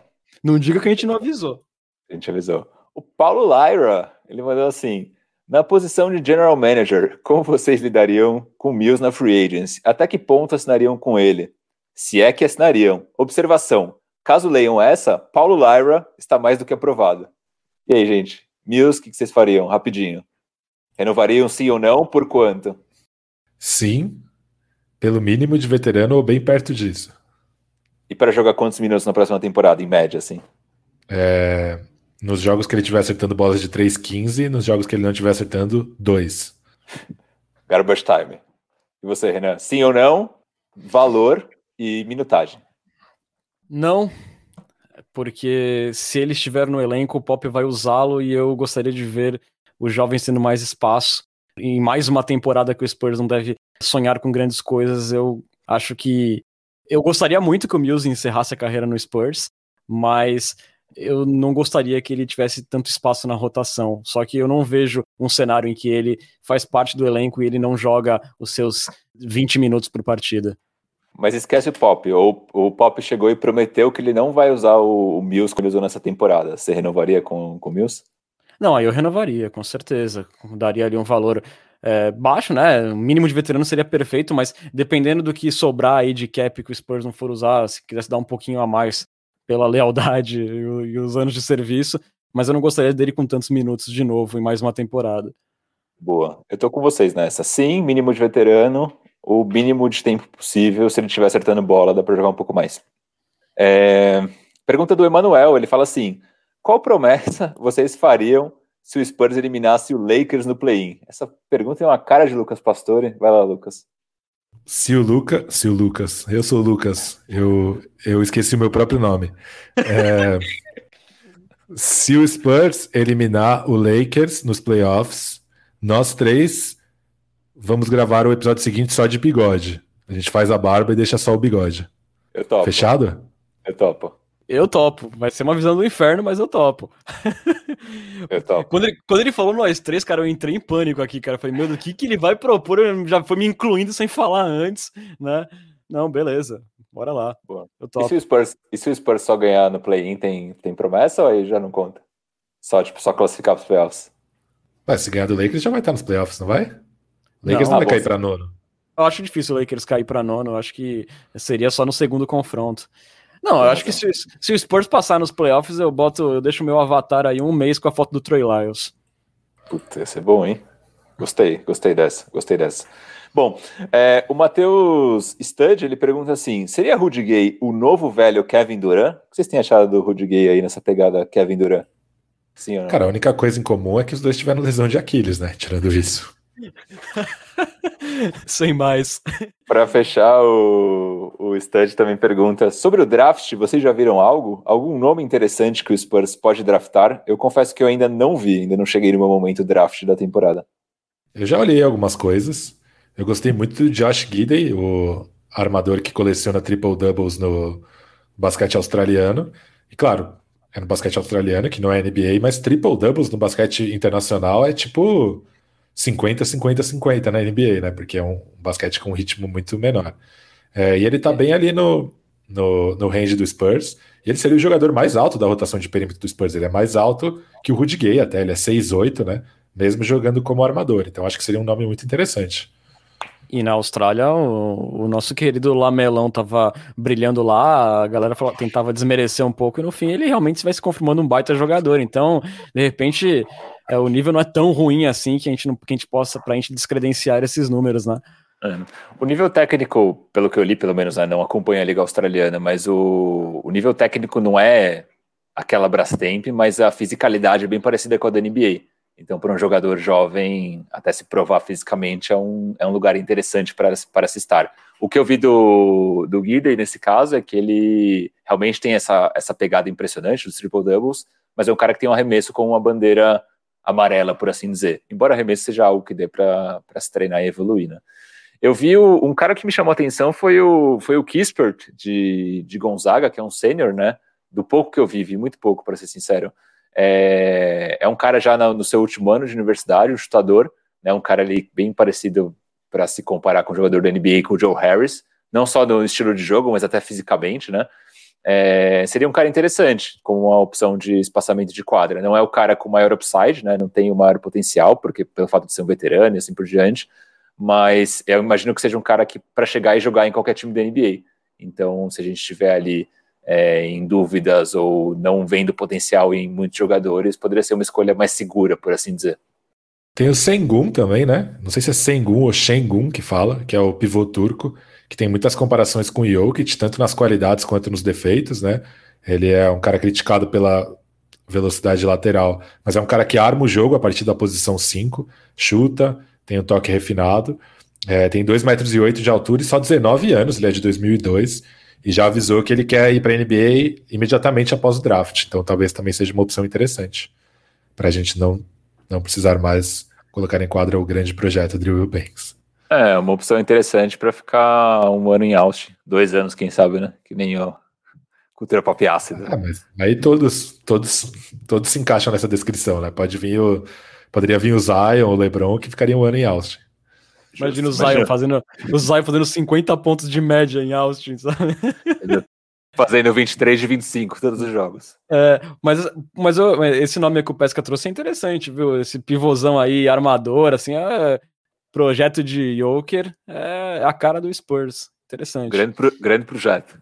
Não diga que a gente não avisou. A gente avisou. O Paulo Lyra, ele mandou assim: na posição de General Manager, como vocês lidariam com Mills na Free Agency? Até que ponto assinariam com ele? Se é que assinariam. Observação: caso leiam essa, Paulo Lyra está mais do que aprovado. E aí, gente? Mills, o que vocês fariam? Rapidinho. Renovariam sim ou não? Por quanto? Sim, pelo mínimo de veterano ou bem perto disso. E para jogar quantos minutos na próxima temporada, em média, assim? Nos jogos que ele estiver acertando bolas de 3,15, nos jogos que ele não estiver acertando, 2. Garbage time. E você, Renan? Sim ou não? Valor e minutagem. Não, porque se ele estiver no elenco, o Pop vai usá-lo e eu gostaria de ver os jovens tendo mais espaço. Em mais uma temporada que o Spurs não deve sonhar com grandes coisas, eu acho que... Eu gostaria muito que o Mills encerrasse a carreira no Spurs, mas eu não gostaria que ele tivesse tanto espaço na rotação. Só que eu não vejo um cenário em que ele faz parte do elenco e ele não joga os seus 20 minutos por partida. Mas esquece o Pop. O Pop chegou e prometeu que ele não vai usar o Mills que ele usou nessa temporada. Você renovaria com o Mills? Não, aí eu renovaria, com certeza. Daria ali um valor baixo, né? O mínimo de veterano seria perfeito, mas dependendo do que sobrar aí de cap que o Spurs não for usar, se quisesse dar um pouquinho a mais pela lealdade e os anos de serviço, mas eu não gostaria dele com tantos minutos de novo em mais uma temporada. Boa. Eu tô com vocês nessa. Sim, mínimo de veterano, o mínimo de tempo possível. Se ele estiver acertando bola, dá pra jogar um pouco mais. Pergunta do Emanuel, ele fala assim: qual promessa vocês fariam se o Spurs eliminasse o Lakers no play-in? Essa pergunta tem uma cara de Lucas Pastore. Vai lá, Lucas. Se o Lucas, eu sou o Lucas, eu esqueci o meu próprio nome. Se o Spurs eliminar o Lakers nos playoffs, nós três vamos gravar o episódio seguinte só de bigode. A gente faz a barba e deixa só o bigode. Eu topo. Fechado? Eu topo. Eu topo. Vai ser uma visão do inferno, mas eu topo. Eu topo. Quando ele falou nós três, cara, eu entrei em pânico aqui, cara. Eu falei, meu, do que ele vai propor? Eu já foi me incluindo sem falar antes, né? Não, beleza. Bora lá. Boa. Eu topo. E se o Spurs só ganhar no play-in, tem promessa ou aí já não conta? Só classificar para os playoffs? Se ganhar do Lakers já vai estar nos playoffs, não vai? O Lakers não vai cair para nono. Eu acho difícil o Lakers cair para nono. Eu acho que seria só no segundo confronto. Não, eu acho que se o Spurs passar nos playoffs, eu deixo o meu avatar aí um mês com a foto do Trey Lyles. Puta, ia ser bom, hein? Gostei dessa. Bom, o Matheus Stud, ele pergunta assim: seria Rudy Gay o novo velho Kevin Durant? O que vocês têm achado do Rudy Gay aí nessa pegada Kevin Durant? Sim ou não? Cara, a única coisa em comum é que os dois tiveram lesão de Aquiles, né? Tirando isso. Sem mais. Para fechar, o Stud também pergunta sobre o draft. Vocês já viram algo? Algum nome interessante que o Spurs pode draftar? Eu confesso que eu ainda não vi, ainda não cheguei no meu momento draft da temporada. Eu já olhei algumas coisas. Eu gostei muito do Josh Giddey, o armador que coleciona triple-doubles no basquete australiano. E claro, é no basquete australiano, que não é NBA, mas triple-doubles no basquete internacional é tipo 50-50-50 na NBA, né? Porque é um basquete com um ritmo muito menor. E ele tá bem ali no range do Spurs. E ele seria o jogador mais alto da rotação de perímetro do Spurs. Ele é mais alto que o Rudy Gay até. Ele é 6'8", né? Mesmo jogando como armador. Então acho que seria um nome muito interessante. E na Austrália, o nosso querido Lamelão tava brilhando lá, a galera tentava desmerecer um pouco, e no fim ele realmente vai se confirmando um baita jogador. Então, de repente, o nível não é tão ruim assim que a gente possa, pra gente descredenciar esses números, né? O nível técnico, pelo que eu li, pelo menos, né, não acompanho a Liga Australiana, mas o nível técnico não é aquela Brastemp, mas a fisicalidade é bem parecida com a da NBA. Então, para um jogador jovem, até se provar fisicamente, é um lugar interessante para se estar. O que eu vi do Giddey, nesse caso, é que ele realmente tem essa pegada impressionante dos triple-doubles, mas é um cara que tem um arremesso com uma bandeira amarela, por assim dizer. Embora arremesso seja algo que dê para se treinar e evoluir, né? Eu vi um cara que me chamou a atenção foi o Kispert, de Gonzaga, que é um sênior, né? Do pouco que eu vi muito pouco, para ser sincero. É um cara já no seu último ano de universidade, um chutador, né, um cara ali bem parecido para se comparar com o jogador da NBA, com o Joe Harris, não só no estilo de jogo, mas até fisicamente, né? seria um cara interessante, como uma opção de espaçamento de quadra. Não é o cara com maior upside, né? Não tem o maior potencial, porque pelo fato de ser um veterano e assim por diante, mas eu imagino que seja um cara que para chegar e jogar em qualquer time da NBA. Então, se a gente estiver ali em dúvidas ou não vendo potencial em muitos jogadores, poderia ser uma escolha mais segura, por assim dizer. Tem o Sengun também, né? Não sei se é Sengun ou Şengün que fala, que é o pivô turco, que tem muitas comparações com o Jokic, tanto nas qualidades quanto nos defeitos, né? Ele é um cara criticado pela velocidade lateral, mas é um cara que arma o jogo a partir da posição 5, chuta, tem um toque refinado, tem 2,8 metros de altura e só 19 anos, ele é de 2002, e já avisou que ele quer ir para a NBA imediatamente após o draft, então talvez também seja uma opção interessante, para a gente não precisar mais colocar em quadra o grande projeto de Drew Eubanks. Uma opção interessante para ficar um ano em Austin, 2 anos, quem sabe, né? Que nem o cultura pop ácida. Mas aí todos se encaixam nessa descrição, né? Poderia vir o Zion, o LeBron, que ficaria um ano em Austin. Imagina o Zion fazendo 50 pontos de média em Austin, sabe? Fazendo 23 de 25 todos os jogos. Mas esse nome que o Pesca trouxe é interessante, viu? Esse pivôzão aí, armador, assim, projeto de Joker, é a cara do Spurs. Interessante. Grande projeto.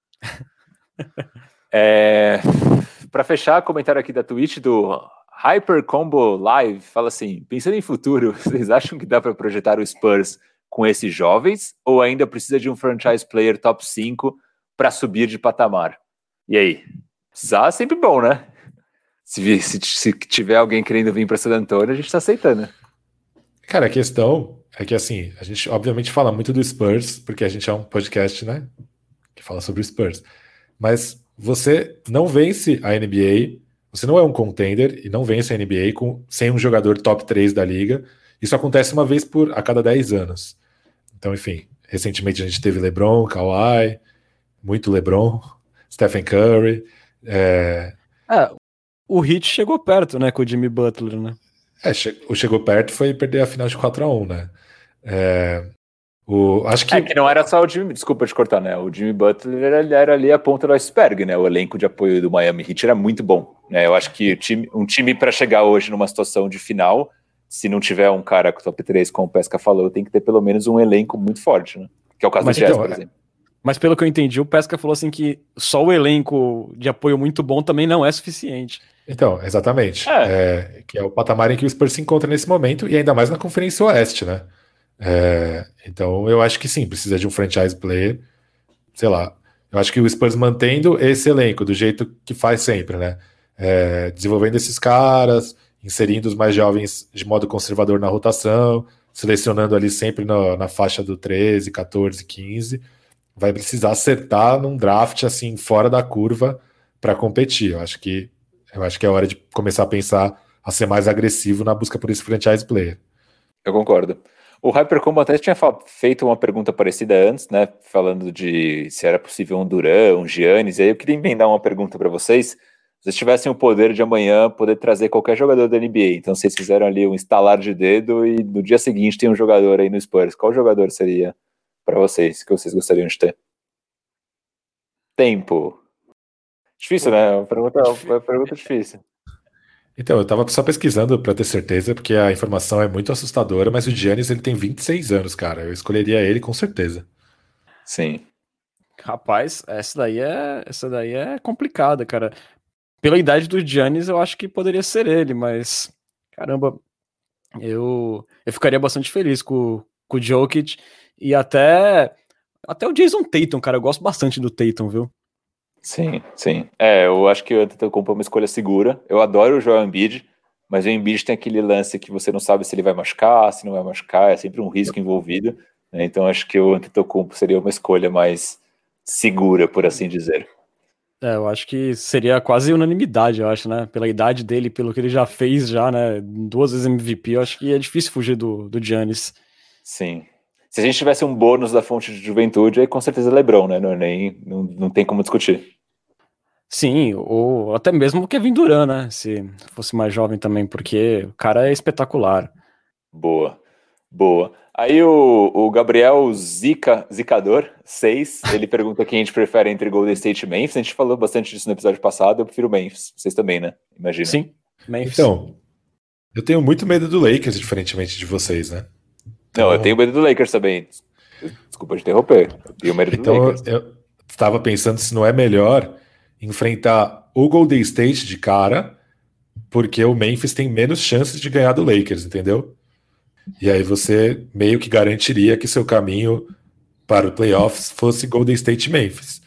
Para fechar, comentário aqui da Twitch do Hyper Combo Live, fala assim, pensando em futuro, vocês acham que dá para projetar o Spurs com esses jovens ou ainda precisa de um franchise player top 5 para subir de patamar? E aí? Precisar é sempre bom, né? Se tiver alguém querendo vir para San Antonio, a gente tá aceitando. Cara, a questão é que, assim, a gente obviamente fala muito do Spurs, porque a gente é um podcast, né, que fala sobre o Spurs. Mas você não vence a NBA, você não é um contender e não vence a NBA sem um jogador top 3 da liga. Isso acontece uma vez a cada 10 anos. Então, enfim, recentemente a gente teve LeBron, Kawhi, muito LeBron, Stephen Curry. O Heat chegou perto, né, com o Jimmy Butler, né? Chegou perto foi perder a final de 4-1, né? Acho que... que não era só o Jimmy, desculpa te cortar, né? O Jimmy Butler era ali a ponta do iceberg, né? O elenco de apoio do Miami Heat era muito bom, né? Eu acho que um time para chegar hoje numa situação de final, se não tiver um cara com top 3, como o Pesca falou, tem que ter pelo menos um elenco muito forte, né? Que é o caso do Jazz, por exemplo. Mas pelo que eu entendi, o Pesca falou assim que só o elenco de apoio muito bom também não é suficiente. Então, exatamente. Que é o patamar em que o Spurs se encontra nesse momento, e ainda mais na Conferência Oeste, né? Então eu acho que sim, precisa de um franchise player, sei lá. Eu acho que o Spurs mantendo esse elenco do jeito que faz sempre, né? Desenvolvendo esses caras, inserindo os mais jovens de modo conservador na rotação, selecionando ali sempre na faixa do 13, 14, 15. Vai precisar acertar num draft assim fora da curva para competir. Eu acho que é hora de começar a pensar a ser mais agressivo na busca por esse franchise player. Eu concordo. O Hypercombo até tinha feito uma pergunta parecida antes, né? Falando de se era possível um Duran, um Giannis. E aí eu queria emendar uma pergunta para vocês. Se vocês tivessem o poder de amanhã poder trazer qualquer jogador da NBA, então vocês fizeram ali um estalar de dedo e no dia seguinte tem um jogador aí no Spurs. Qual jogador seria para vocês, que vocês gostariam de ter? Tempo. Difícil, né? Uma pergunta difícil. Então, eu estava só pesquisando para ter certeza, porque a informação é muito assustadora, mas o Giannis ele tem 26 anos, cara. Eu escolheria ele com certeza. Sim. Rapaz, essa daí é complicada, cara. Pela idade do Giannis, eu acho que poderia ser ele, mas caramba, eu ficaria bastante feliz com o Jokic e até o Jason Tatum, cara. Eu gosto bastante do Tatum, viu? Sim. Eu acho que o Antetokounmpo é uma escolha segura. Eu adoro o Joel Embiid, mas o Embiid tem aquele lance que você não sabe se ele vai machucar, se não vai machucar, é sempre um risco envolvido, né? Então acho que o Antetokounmpo seria uma escolha mais segura, por assim dizer. Eu acho que seria quase unanimidade, eu acho, né? Pela idade dele, pelo que ele já fez já, né? 2 vezes MVP, eu acho que é difícil fugir do Giannis. Sim. Se a gente tivesse um bônus da fonte de juventude, aí com certeza LeBron, né? Não tem como discutir. Sim, ou até mesmo o Kevin Durant, né? Se fosse mais jovem também, porque o cara é espetacular. Boa. Aí o Gabriel Zicador 6, ele pergunta quem a gente prefere entre Golden State e Memphis. A gente falou bastante disso no episódio passado, eu prefiro Memphis. Vocês também, né? Imagina. Sim, Memphis. Então, eu tenho muito medo do Lakers, diferentemente de vocês, né? Então... Não, eu tenho medo do Lakers também. Desculpa te interromper. Eu tenho medo do Lakers. Eu estava pensando se não é melhor enfrentar o Golden State de cara, porque o Memphis tem menos chances de ganhar do Lakers, entendeu? E aí você meio que garantiria que seu caminho para o playoffs fosse Golden State e Memphis.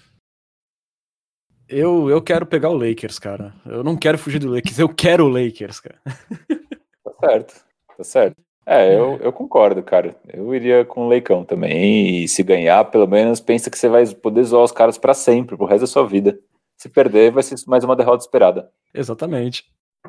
Eu quero pegar o Lakers, cara. Eu não quero fugir do Lakers, eu quero o Lakers, cara. Tá certo. Eu concordo, cara. Eu iria com o Leicão também. E se ganhar, pelo menos pensa que você vai poder zoar os caras pra sempre, pro resto da sua vida. Se perder, vai ser mais uma derrota esperada. Exatamente.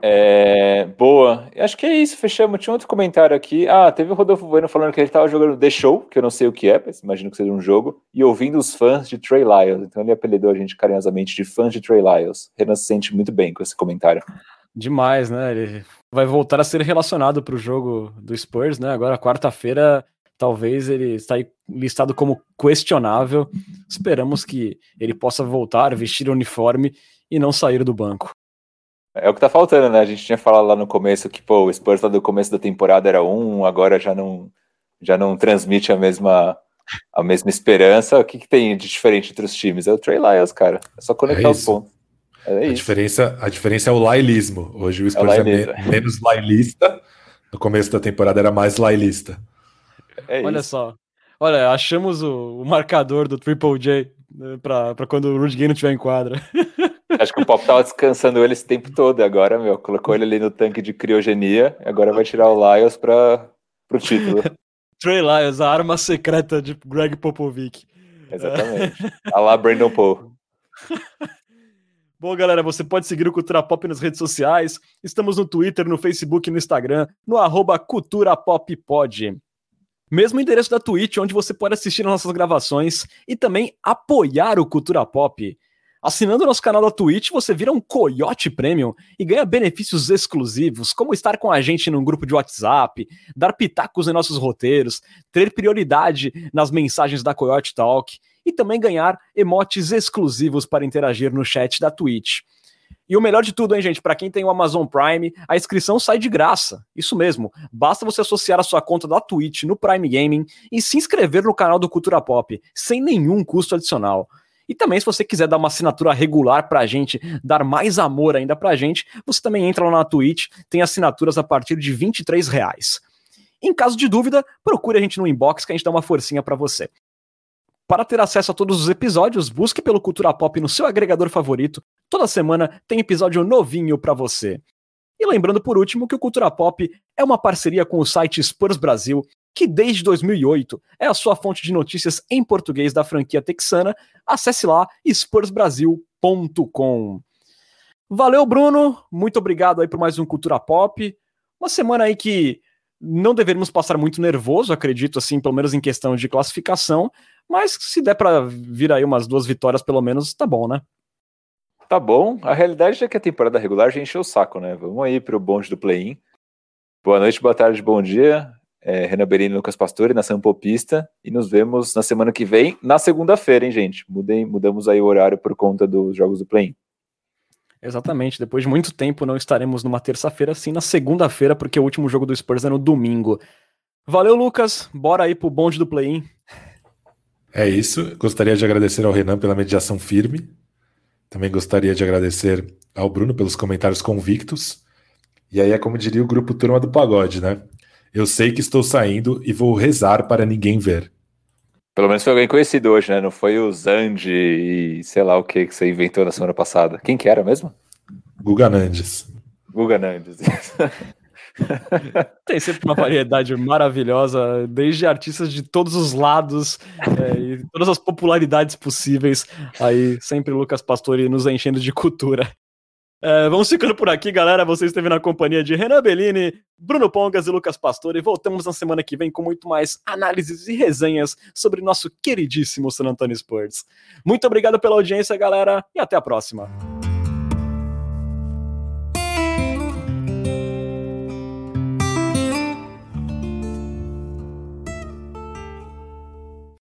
Boa. Acho que é isso, fechamos. Tinha outro comentário aqui. Teve o Rodolfo Bueno falando que ele tava jogando The Show, que eu não sei o que é, mas imagino que seja um jogo, e ouvindo os fãs de Trey Lyles. Então ele apelidou a gente carinhosamente de fãs de Trey Lyles. Renan se sente muito bem com esse comentário. Demais, né? Ele vai voltar a ser relacionado pro jogo do Spurs, né? Agora, quarta-feira, talvez ele está aí listado como questionável. Esperamos que ele possa voltar, vestir o uniforme e não sair do banco. É o que tá faltando, né? A gente tinha falado lá no começo que, o Spurs lá do começo da temporada era agora já não transmite a mesma esperança. O que tem de diferente entre os times? É o Trey Lyles, cara. É só conectar os pontos. A diferença é o lailismo. Hoje o Spurs é menos lailista. No começo da temporada era mais lailista. Olha só. Olha, achamos o marcador do Triple J, né, pra quando o Rudy Gay não estiver em quadra. Acho que o Pop tava descansando ele esse tempo todo. Agora, colocou ele ali no tanque de criogenia. Agora vai tirar o Lyles pro título. Trey Lyles, a arma secreta de Greg Popovich. Exatamente. A lá Brandon Poe. Bom, galera, você pode seguir o Cultura Pop nas redes sociais. Estamos no Twitter, no Facebook e no Instagram, no @CulturaPopPod. Mesmo endereço da Twitch, onde você pode assistir as nossas gravações e também apoiar o Cultura Pop. Assinando o nosso canal da Twitch, você vira um Coyote Premium e ganha benefícios exclusivos, como estar com a gente num grupo de WhatsApp, dar pitacos em nossos roteiros, ter prioridade nas mensagens da Coyote Talk e também ganhar emotes exclusivos para interagir no chat da Twitch. E o melhor de tudo, hein, gente, para quem tem o Amazon Prime, a inscrição sai de graça. Isso mesmo, basta você associar a sua conta da Twitch no Prime Gaming e se inscrever no canal do Cultura Pop, sem nenhum custo adicional. E também, se você quiser dar uma assinatura regular pra gente, dar mais amor ainda pra gente, você também entra lá na Twitch, tem assinaturas a partir de R$23. Em caso de dúvida, procure a gente no inbox que a gente dá uma forcinha pra você. Para ter acesso a todos os episódios, busque pelo Cultura Pop no seu agregador favorito. Toda semana tem episódio novinho pra você. E lembrando por último que o Cultura Pop é uma parceria com o site Spurs Brasil, que desde 2008 é a sua fonte de notícias em português da franquia texana. Acesse lá spursbrasil.com. Valeu, Bruno, muito obrigado aí por mais um Cultura Pop. Uma semana aí que não deveríamos passar muito nervoso, acredito, assim, pelo menos em questão de classificação, mas se der pra vir aí umas 2 vitórias pelo menos, tá bom, né? Tá bom, a realidade é que a temporada regular já encheu o saco, né? Vamos aí pro bonde do play-in. Boa noite, boa tarde, bom dia. Renan Berini e Lucas Pastore, Nação Popista, e nos vemos na semana que vem, na segunda-feira, hein, gente? Mudamos aí o horário por conta dos jogos do play-in. Exatamente, depois de muito tempo não estaremos numa terça-feira, sim na segunda-feira, porque o último jogo do Spurs é no domingo. Valeu, Lucas, bora aí pro bonde do play-in. É isso, gostaria de agradecer ao Renan pela mediação firme, também gostaria de agradecer ao Bruno pelos comentários convictos, e aí é como diria o grupo Turma do Pagode, né? Eu sei que estou saindo e vou rezar para ninguém ver. Pelo menos foi alguém conhecido hoje, né? Não foi o Zandi e sei lá o que você inventou na semana passada. Quem que era mesmo? Guga Nandes. Guga Nandes. Tem sempre uma variedade maravilhosa, desde artistas de todos os lados e todas as popularidades possíveis. Aí sempre o Lucas Pastore nos enchendo de cultura. Vamos ficando por aqui, galera. Você esteve na companhia de Renan Bellini, Bruno Pongas e Lucas Pastore. Voltamos na semana que vem com muito mais análises e resenhas sobre nosso queridíssimo San Antonio Spurs. Muito obrigado pela audiência, galera, e até a próxima.